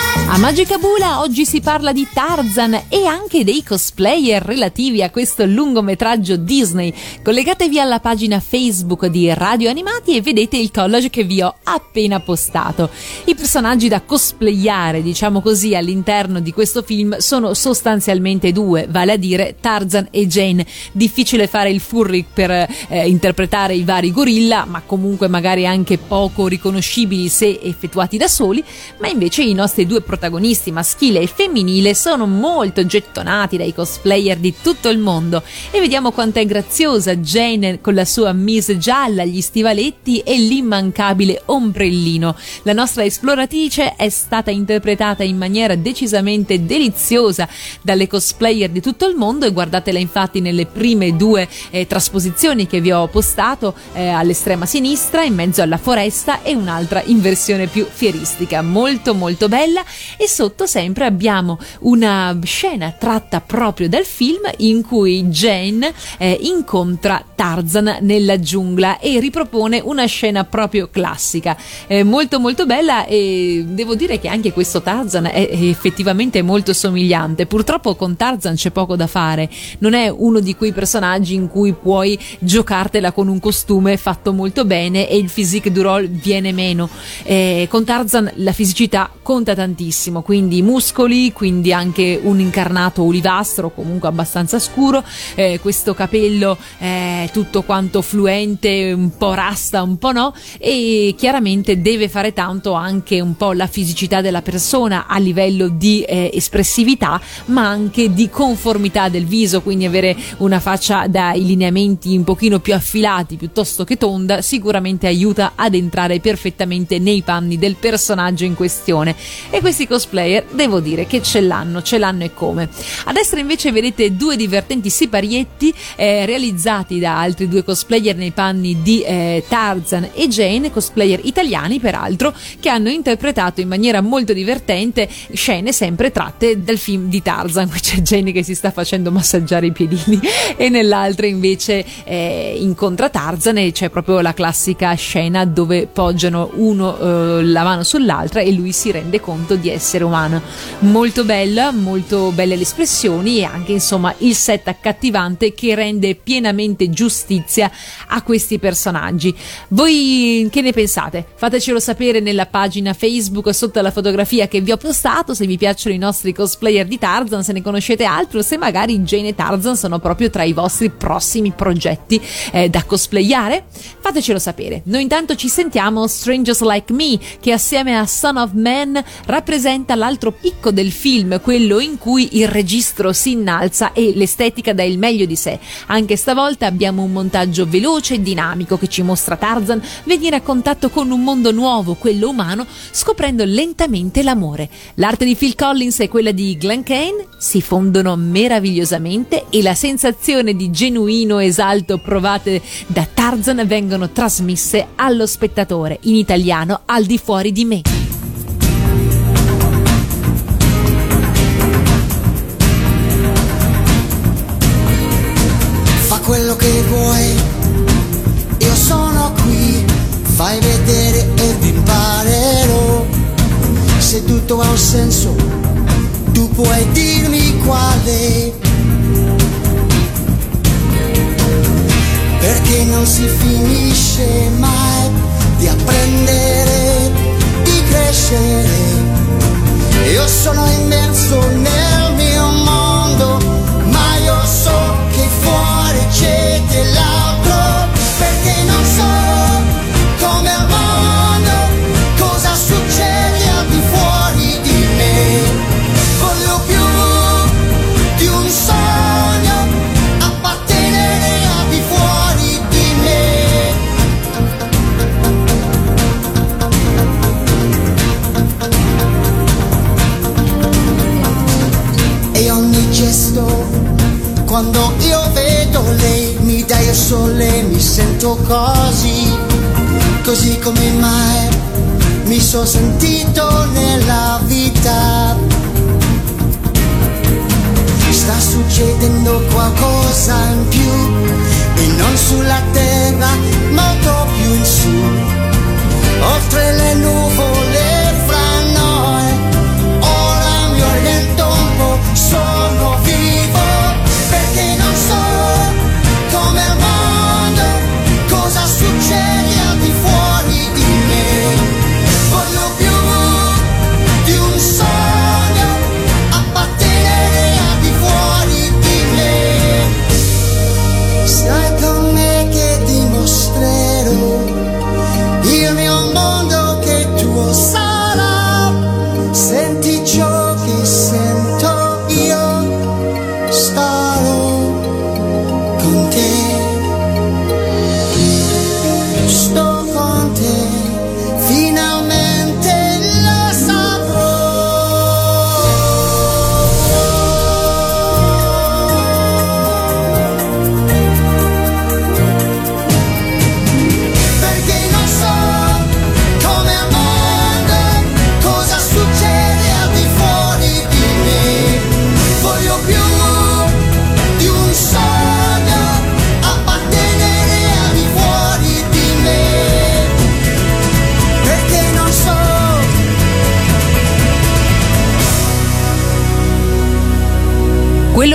Magicabula oggi si parla di Tarzan e anche dei cosplayer relativi a questo lungometraggio Disney. Collegatevi alla pagina Facebook di Radio Animati e vedete il collage che vi ho appena postato. I personaggi da cosplayare, diciamo così, all'interno di questo film sono sostanzialmente due, vale a dire Tarzan e Jane. Difficile fare il furry per eh, interpretare i vari gorilla, ma comunque magari anche poco riconoscibili se effettuati da soli, ma invece i nostri due protagonisti maschile e femminile sono molto gettonati dai cosplayer di tutto il mondo e vediamo quanto è graziosa Jane con la sua mise gialla, gli stivaletti e l'immancabile ombrellino. La nostra esploratrice è stata interpretata in maniera decisamente deliziosa dalle cosplayer di tutto il mondo e guardatela infatti nelle prime due eh, trasposizioni che vi ho postato, eh, all'estrema sinistra in mezzo alla foresta e un'altra in versione più fieristica, molto molto bella. E sotto sempre abbiamo una scena tratta proprio dal film in cui Jane eh, incontra Tarzan nella giungla e ripropone una scena proprio classica, eh, molto molto bella, e devo dire che anche questo Tarzan è effettivamente molto somigliante. Purtroppo con Tarzan c'è poco da fare, non è uno di quei personaggi in cui puoi giocartela con un costume fatto molto bene e il physique du rôle viene meno. Eh, con Tarzan la fisicità conta tantissimo, quindi muscoli, quindi anche un incarnato olivastro, comunque abbastanza scuro, eh, questo capello eh, tutto quanto fluente, un po' rasta, un po' no, e chiaramente deve fare tanto anche un po' la fisicità della persona a livello di eh, espressività, ma anche di conformità del viso, quindi avere una faccia dai lineamenti un pochino più affilati piuttosto che tonda sicuramente aiuta ad entrare perfettamente nei panni del personaggio in questione, e questi cosplayer devo dire che ce l'hanno, ce l'hanno e come. A destra invece vedete due divertenti siparietti eh, realizzati da altri due cosplayer nei panni di eh, Tarzan e Jane, cosplayer italiani peraltro, che hanno interpretato in maniera molto divertente scene sempre tratte dal film di Tarzan. Qui c'è Jane che si sta facendo massaggiare i piedini e nell'altra invece eh, incontra Tarzan e c'è proprio la classica scena dove poggiano uno eh, la mano sull'altra e lui si rende conto di essere umano. Molto bella, molto belle le espressioni e anche insomma il set accattivante che rende pienamente giustizia a questi personaggi. Voi che ne pensate? Fatecelo sapere nella pagina Facebook sotto la fotografia che vi ho postato, se vi piacciono i nostri cosplayer di Tarzan, se ne conoscete altri o se magari Jane e Tarzan sono proprio tra i vostri prossimi progetti eh, da cosplayare. Fatecelo sapere. Noi intanto ci sentiamo Strangers Like Me, che assieme a Son of Man rappresenta l'altro picco del film, quello in cui il registro si innalza e l'estetica dà il meglio di sé. Anche stavolta abbiamo un montaggio veloce e dinamico che ci mostra Tarzan venire a contatto con un mondo nuovo, quello umano, scoprendo lentamente l'amore. L'arte di Phil Collins e quella di Glen Kane si fondono meravigliosamente e la sensazione di genuino esalto provate da Tarzan vengono trasmesse allo spettatore in italiano Al di fuori di me. Quello che vuoi, io sono qui, fai vedere ed imparerò. Se tutto ha un senso, tu puoi dirmi quale. Perché non si finisce mai di apprendere, di crescere. Io sono immerso nel mio mondo, ma io so che fuori c'è dell'altro, perché non so come al mondo, cosa succede al di fuori di me. Voglio più di un sogno, appartenere al di fuori di me. E ogni gesto, quando io vedo lei, mi dà il sole, mi sento così, così come mai mi sono sentito nella vita. Sta succedendo qualcosa in più, e non sulla terra, molto più in su, oltre le nuvole fra noi. Ora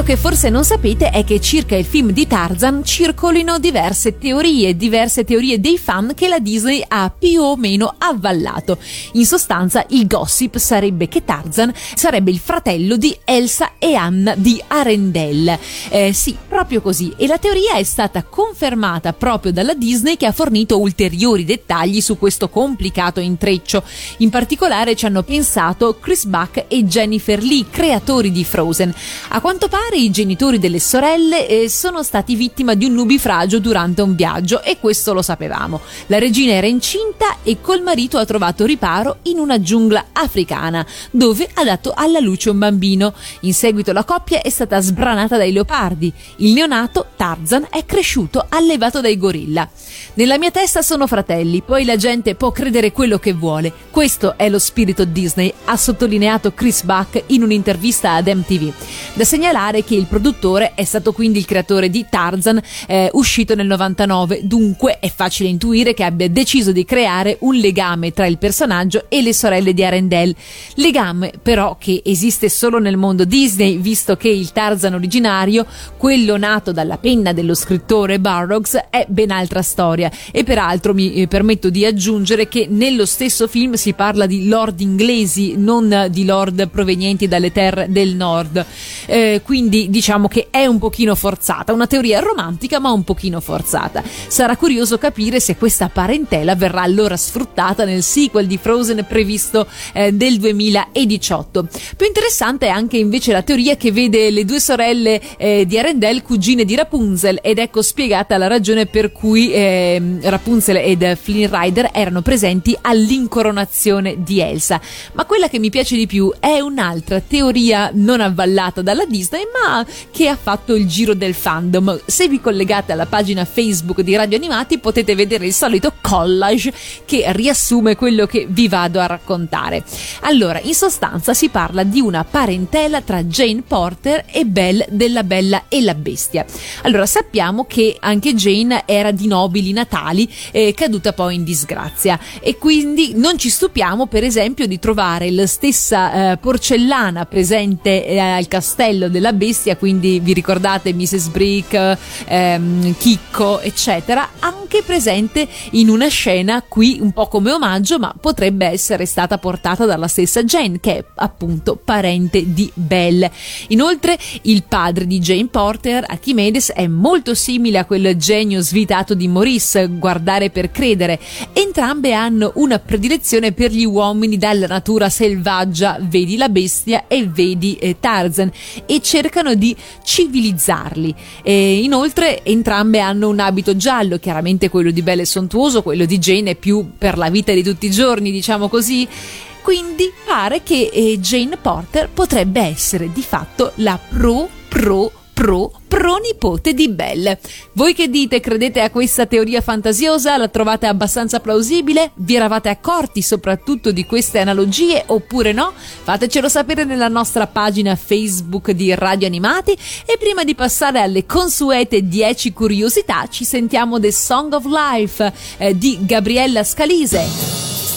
che forse non sapete è che circa il film di Tarzan circolino diverse teorie, diverse teorie dei fan che la Disney ha più o meno avvallato. In sostanza, il gossip sarebbe che Tarzan sarebbe il fratello di Elsa e Anna di Arendelle. Eh, sì, proprio così. E la teoria è stata confermata proprio dalla Disney, che ha fornito ulteriori dettagli su questo complicato intreccio. In particolare ci hanno pensato Chris Buck e Jennifer Lee, creatori di Frozen. A quanto pare i genitori delle sorelle eh, sono stati vittima di un nubifragio durante un viaggio, e questo lo sapevamo. La regina era incinta e col marito ha trovato riparo in una giungla africana, dove ha dato alla luce un bambino. In seguito la coppia è stata sbranata dai leopardi. Il neonato, Tarzan, è cresciuto allevato dai gorilla. Nella mia testa sono fratelli, poi la gente può credere quello che vuole. Questo è lo spirito Disney, ha sottolineato Chris Buck in un'intervista ad M T V. Da segnalare che il produttore è stato quindi il creatore di Tarzan, eh, uscito nel novantanove, dunque è facile intuire che abbia deciso di creare un legame tra il personaggio e le sorelle di Arendelle. Legame però che esiste solo nel mondo Disney, visto che il Tarzan originario, quello nato dalla penna dello scrittore Burroughs, è ben altra storia. E peraltro mi eh, permetto di aggiungere che nello stesso film si parla di lord inglesi, non di lord provenienti dalle terre del nord, eh, quindi diciamo che è un pochino forzata, una teoria romantica ma un pochino forzata. Sarà curioso capire se questa parentela verrà allora sfruttata nel sequel di Frozen previsto eh, del duemiladiciotto. Più interessante è anche invece la teoria che vede le due sorelle eh, di Arendelle cugine di Rapunzel, ed ecco spiegata la ragione per cui eh, Rapunzel ed Flynn Rider erano presenti all'incoronazione di Elsa. Ma quella che mi piace di più è un'altra teoria non avvallata dalla Disney, ma che ha fatto il giro del fandom. Se vi collegate alla pagina Facebook di Radio Animati potete vedere il solito collage che riassume quello che vi vado a raccontare. Allora, in sostanza si parla di una parentela tra Jane Porter e Belle della Bella e la Bestia. Allora, sappiamo che anche Jane era di nobili natali, eh, caduta poi in disgrazia, e quindi non ci stupiamo per esempio di trovare la stessa eh, porcellana presente eh, al castello della Bestia, quindi vi ricordate missus Brick, ehm, Chicco eccetera, anche presente in una scena qui un po' come omaggio, ma potrebbe essere stata portata dalla stessa Jane, che è appunto parente di Belle. Inoltre il padre di Jane Porter, Archimedes, è molto simile a quel genio svitato di Maurice, Guardare per credere. Entrambe hanno una predilezione per gli uomini dalla natura selvaggia, vedi la Bestia e vedi eh, Tarzan, e cercano di civilizzarli. E inoltre entrambe hanno un abito giallo, chiaramente quello di Belle è sontuoso, quello di Jane è più per la vita di tutti i giorni, diciamo così. Quindi pare che eh, Jane Porter potrebbe essere di fatto la pro pro pro pronipote di Belle. Voi che dite? Credete a questa teoria fantasiosa? La trovate abbastanza plausibile? Vi eravate accorti soprattutto di queste analogie oppure no? Fatecelo sapere nella nostra pagina Facebook di Radio Animati. E prima di passare alle consuete dieci curiosità, ci sentiamo The Song of Life eh, di Gabriella Scalise.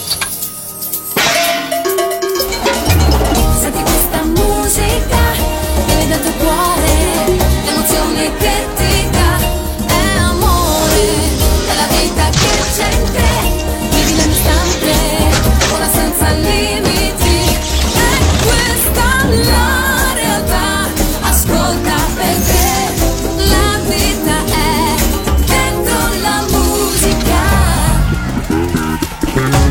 Senti questa musica, viene dal tuo cuore, l'emozione che ti dà è amore, è la vita che c'è in te, vivi l'istante, ora senza limiti, è questa la realtà, ascolta perché la vita è dentro la musica.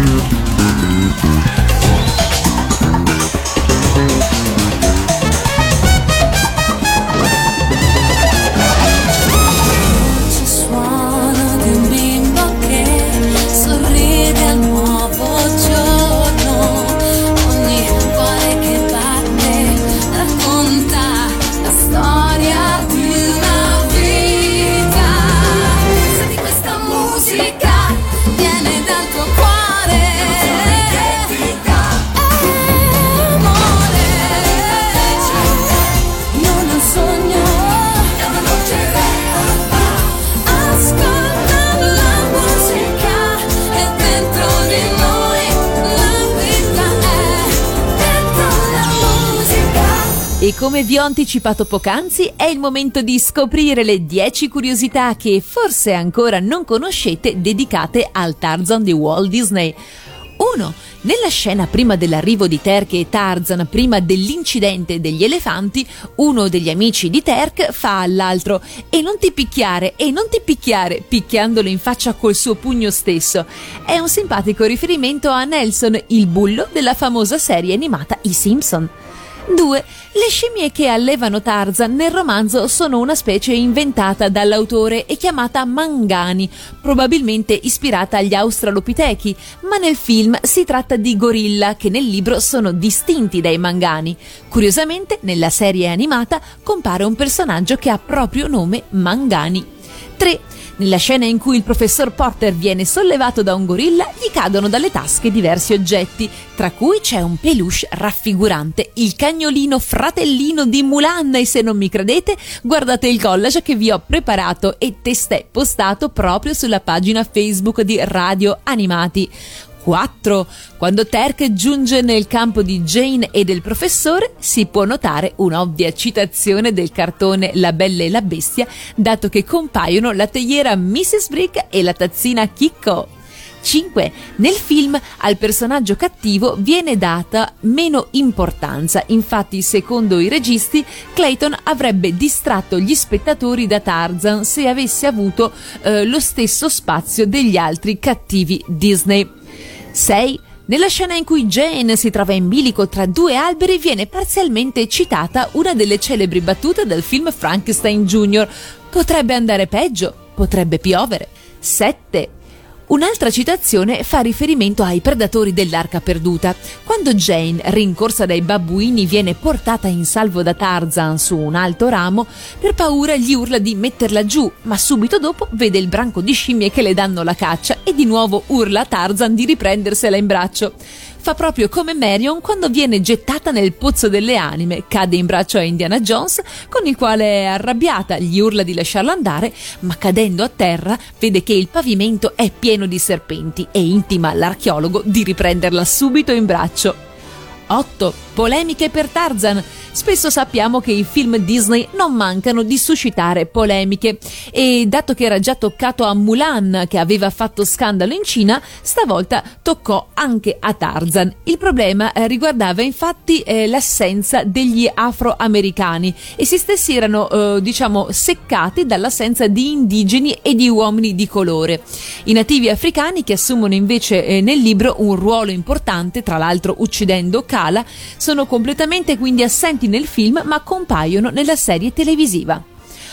E come vi ho anticipato poc'anzi, è il momento di scoprire le dieci curiosità che forse ancora non conoscete dedicate al Tarzan di Walt Disney. uno. Nella scena prima dell'arrivo di Terk e Tarzan, prima dell'incidente degli elefanti, uno degli amici di Terk fa all'altro: e non ti picchiare, e non ti picchiare, picchiandolo in faccia col suo pugno stesso. È un simpatico riferimento a Nelson, il bullo della famosa serie animata I Simpson. due. Le scimmie che allevano Tarzan nel romanzo sono una specie inventata dall'autore e chiamata mangani, probabilmente ispirata agli australopitechi, ma nel film si tratta di gorilla, che nel libro sono distinti dai mangani. Curiosamente, nella serie animata compare un personaggio che ha proprio nome Mangani. tre. Nella scena in cui il professor Porter viene sollevato da un gorilla, gli cadono dalle tasche diversi oggetti, tra cui c'è un peluche raffigurante, il cagnolino fratellino di Mulan, e se non mi credete, guardate il collage che vi ho preparato e testè postato proprio sulla pagina Facebook di Radio Animati. quattro. Quando Terk giunge nel campo di Jane e del professore, si può notare un'ovvia citazione del cartone La Bella e la Bestia, dato che compaiono la teiera missus Brick e la tazzina Chicco. cinque. Nel film al personaggio cattivo viene data meno importanza, infatti secondo i registi Clayton avrebbe distratto gli spettatori da Tarzan se avesse avuto eh, lo stesso spazio degli altri cattivi Disney. sei. Nella scena in cui Jane si trova in bilico tra due alberi viene parzialmente citata una delle celebri battute del film Frankenstein Junior: potrebbe andare peggio, potrebbe piovere. sette. Un'altra citazione fa riferimento ai predatori dell'arca perduta. Quando Jane, rincorsa dai babbuini, viene portata in salvo da Tarzan su un alto ramo, per paura gli urla di metterla giù, ma subito dopo vede il branco di scimmie che le danno la caccia e di nuovo urla a Tarzan di riprendersela in braccio. Fa proprio come Marion quando viene gettata nel pozzo delle anime, cade in braccio a Indiana Jones, con il quale è arrabbiata, gli urla di lasciarla andare, ma cadendo a terra vede che il pavimento è pieno di serpenti e intima all'archeologo di riprenderla subito in braccio. otto. Polemiche per Tarzan. Spesso sappiamo che i film Disney non mancano di suscitare polemiche, e dato che era già toccato a Mulan, che aveva fatto scandalo in Cina, stavolta toccò anche a Tarzan. Il problema eh, riguardava infatti eh, l'assenza degli afroamericani, e si stessi erano eh, diciamo seccati dall'assenza di indigeni e di uomini di colore. I nativi africani, che assumono invece eh, nel libro un ruolo importante, tra l'altro uccidendo Kala, sono completamente quindi assenti nel film, ma compaiono nella serie televisiva.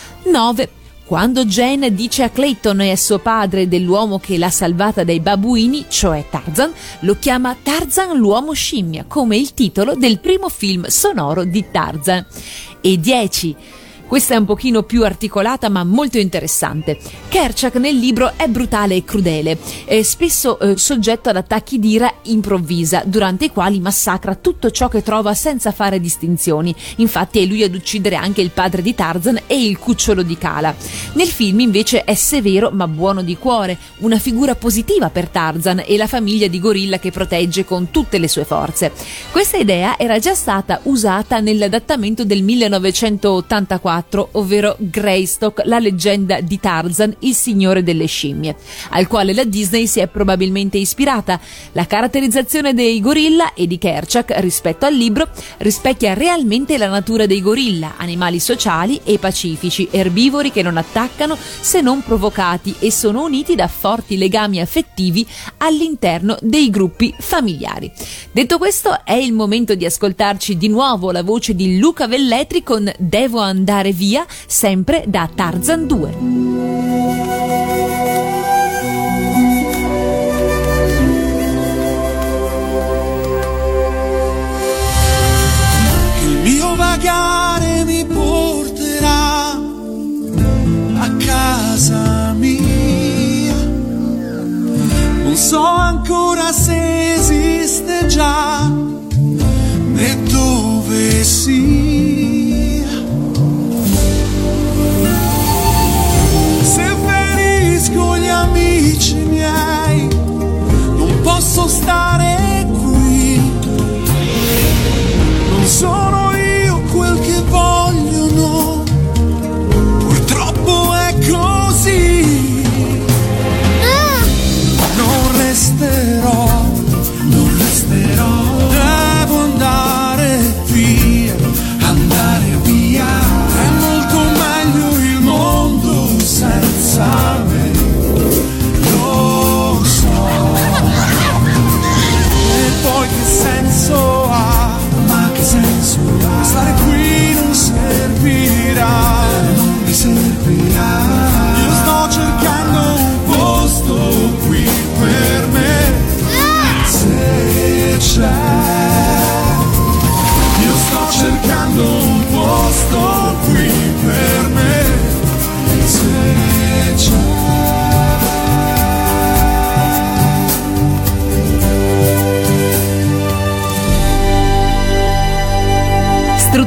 nove. Quando Jane dice a Clayton e a suo padre dell'uomo che l'ha salvata dai babbuini, cioè Tarzan, lo chiama Tarzan l'uomo scimmia, come il titolo del primo film sonoro di Tarzan. E dieci. Questa è un pochino più articolata ma molto interessante. Kerchak nel libro è brutale e crudele, è spesso eh, soggetto ad attacchi d'ira improvvisa, durante i quali massacra tutto ciò che trova senza fare distinzioni. Infatti è lui ad uccidere anche il padre di Tarzan e il cucciolo di Kala. Nel film invece è severo ma buono di cuore, una figura positiva per Tarzan e la famiglia di gorilla che protegge con tutte le sue forze. Questa idea era già stata usata nell'adattamento del millenovecentottantaquattro, ovvero Greystock, la leggenda di Tarzan, il signore delle scimmie, al quale la Disney si è probabilmente ispirata. La caratterizzazione dei gorilla e di Kerchak rispetto al libro rispecchia realmente la natura dei gorilla, animali sociali e pacifici, erbivori che non attaccano se non provocati e sono uniti da forti legami affettivi all'interno dei gruppi familiari. Detto questo, è il momento di ascoltarci di nuovo la voce di Luca Velletri con Devo andare via, sempre da Tarzan due. Il mio vagare mi porterà a casa mia. Non so ancora se esiste già né dove sia. Gli amici miei, non posso stare qui, non sono io quel che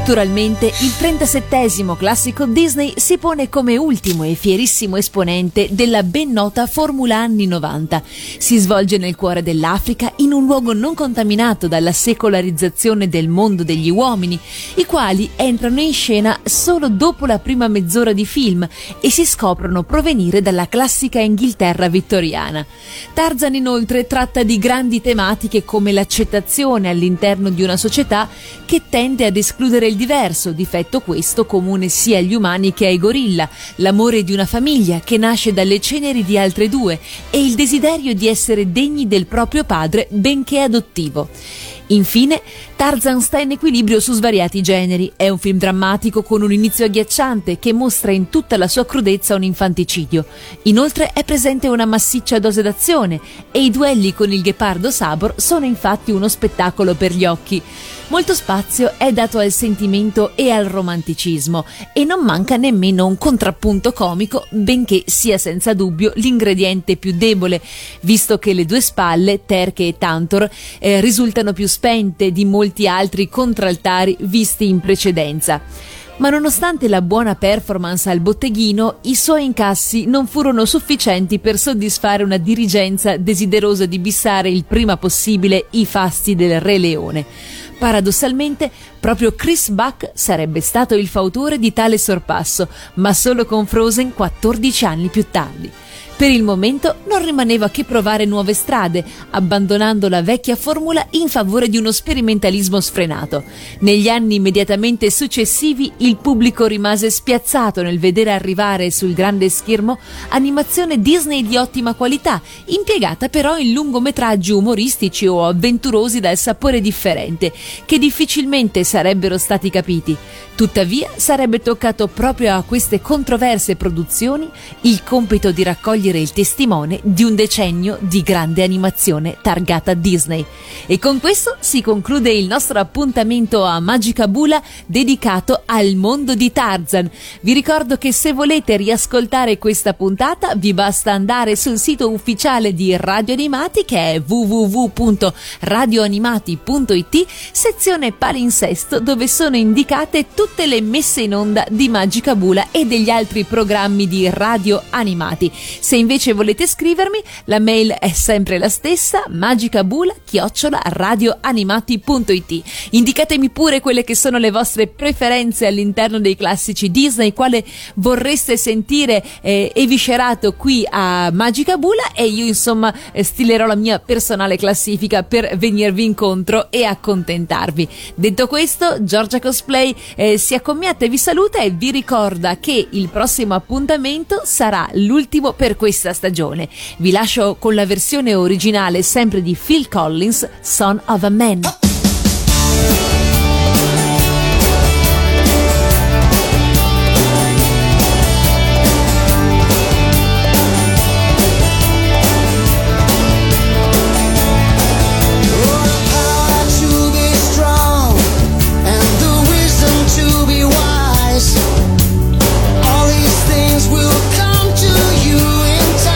Strutturalmente, il trentasettesimo classico Disney si pone come ultimo e fierissimo esponente della ben nota formula anni novanta. Si svolge nel cuore dell'Africa, in un luogo non contaminato dalla secolarizzazione del mondo degli uomini, i quali entrano in scena solo dopo la prima mezz'ora di film e si scoprono provenire dalla classica Inghilterra vittoriana. Tarzan inoltre tratta di grandi tematiche come l'accettazione all'interno di una società che tende ad escludere il diverso, difetto questo comune sia agli umani che ai gorilla, l'amore di una famiglia che nasce dalle ceneri di altre due e il desiderio di essere degni del proprio padre benché adottivo. Infine, Tarzan sta in equilibrio su svariati generi. È un film drammatico con un inizio agghiacciante che mostra in tutta la sua crudezza un infanticidio. Inoltre è presente una massiccia dose d'azione e i duelli con il ghepardo Sabor sono infatti uno spettacolo per gli occhi. Molto spazio è dato al sentimento e al romanticismo e non manca nemmeno un contrappunto comico, benché sia senza dubbio l'ingrediente più debole, visto che le due spalle, Terche e Tantor, eh, risultano più spente di molti altri contraltari visti in precedenza. Ma nonostante la buona performance al botteghino, i suoi incassi non furono sufficienti per soddisfare una dirigenza desiderosa di bissare il prima possibile i fasti del Re Leone. Paradossalmente, proprio Chris Buck sarebbe stato il fautore di tale sorpasso, ma solo con Frozen quattordici anni più tardi. Per il momento non rimaneva che provare nuove strade, abbandonando la vecchia formula in favore di uno sperimentalismo sfrenato. Negli anni immediatamente successivi il pubblico rimase spiazzato nel vedere arrivare sul grande schermo animazione Disney di ottima qualità, impiegata però in lungometraggi umoristici o avventurosi dal sapore differente, che difficilmente sarebbero stati capiti. Tuttavia sarebbe toccato proprio a queste controverse produzioni il compito di raccogliere il testimone di un decennio di grande animazione targata Disney. E con questo si conclude il nostro appuntamento a Magica Bula dedicato al mondo di Tarzan. Vi ricordo che se volete riascoltare questa puntata vi basta andare sul sito ufficiale di Radio Animati, che è w w w punto radio animati punto i t, sezione palinsesto, dove sono indicate tutte le messe in onda di Magica Bula e degli altri programmi di Radio Animati. Se invece volete scrivermi, la mail è sempre la stessa, magicabula chiocciola radioanimati punto i t. Indicatemi pure quelle che sono le vostre preferenze all'interno dei classici Disney, quale vorreste sentire eh, eviscerato qui a Magica Bula, e io insomma stilerò la mia personale classifica per venirvi incontro e accontentarvi. Detto questo, Giorgia Cosplay eh, si accomiata e vi saluta e vi ricorda che il prossimo appuntamento sarà l'ultimo per questa stagione. Vi lascio con la versione originale sempre di Phil Collins, Son of a Man.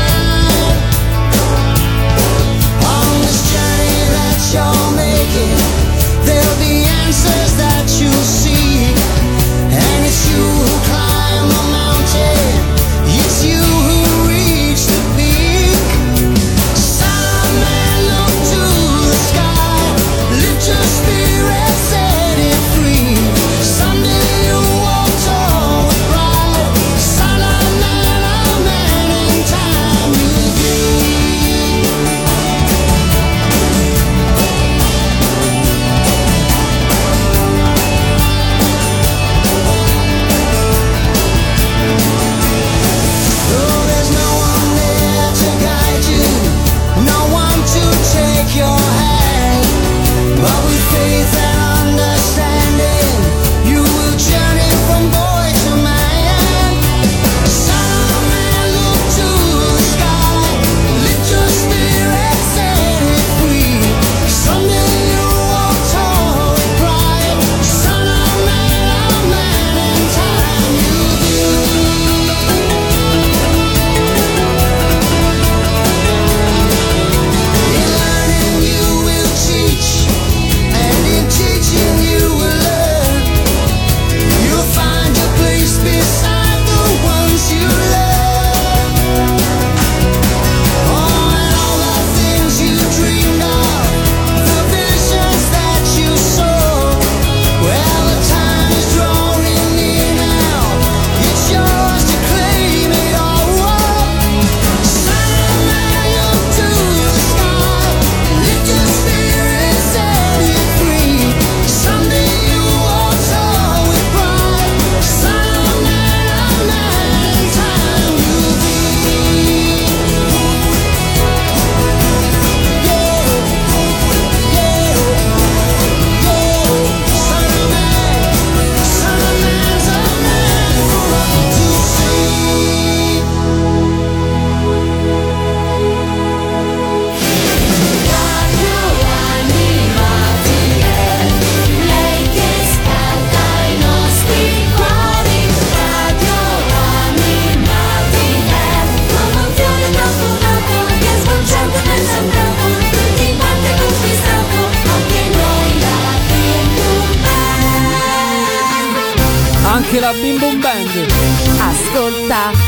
You're making anche la Bim Bum Band. Ascolta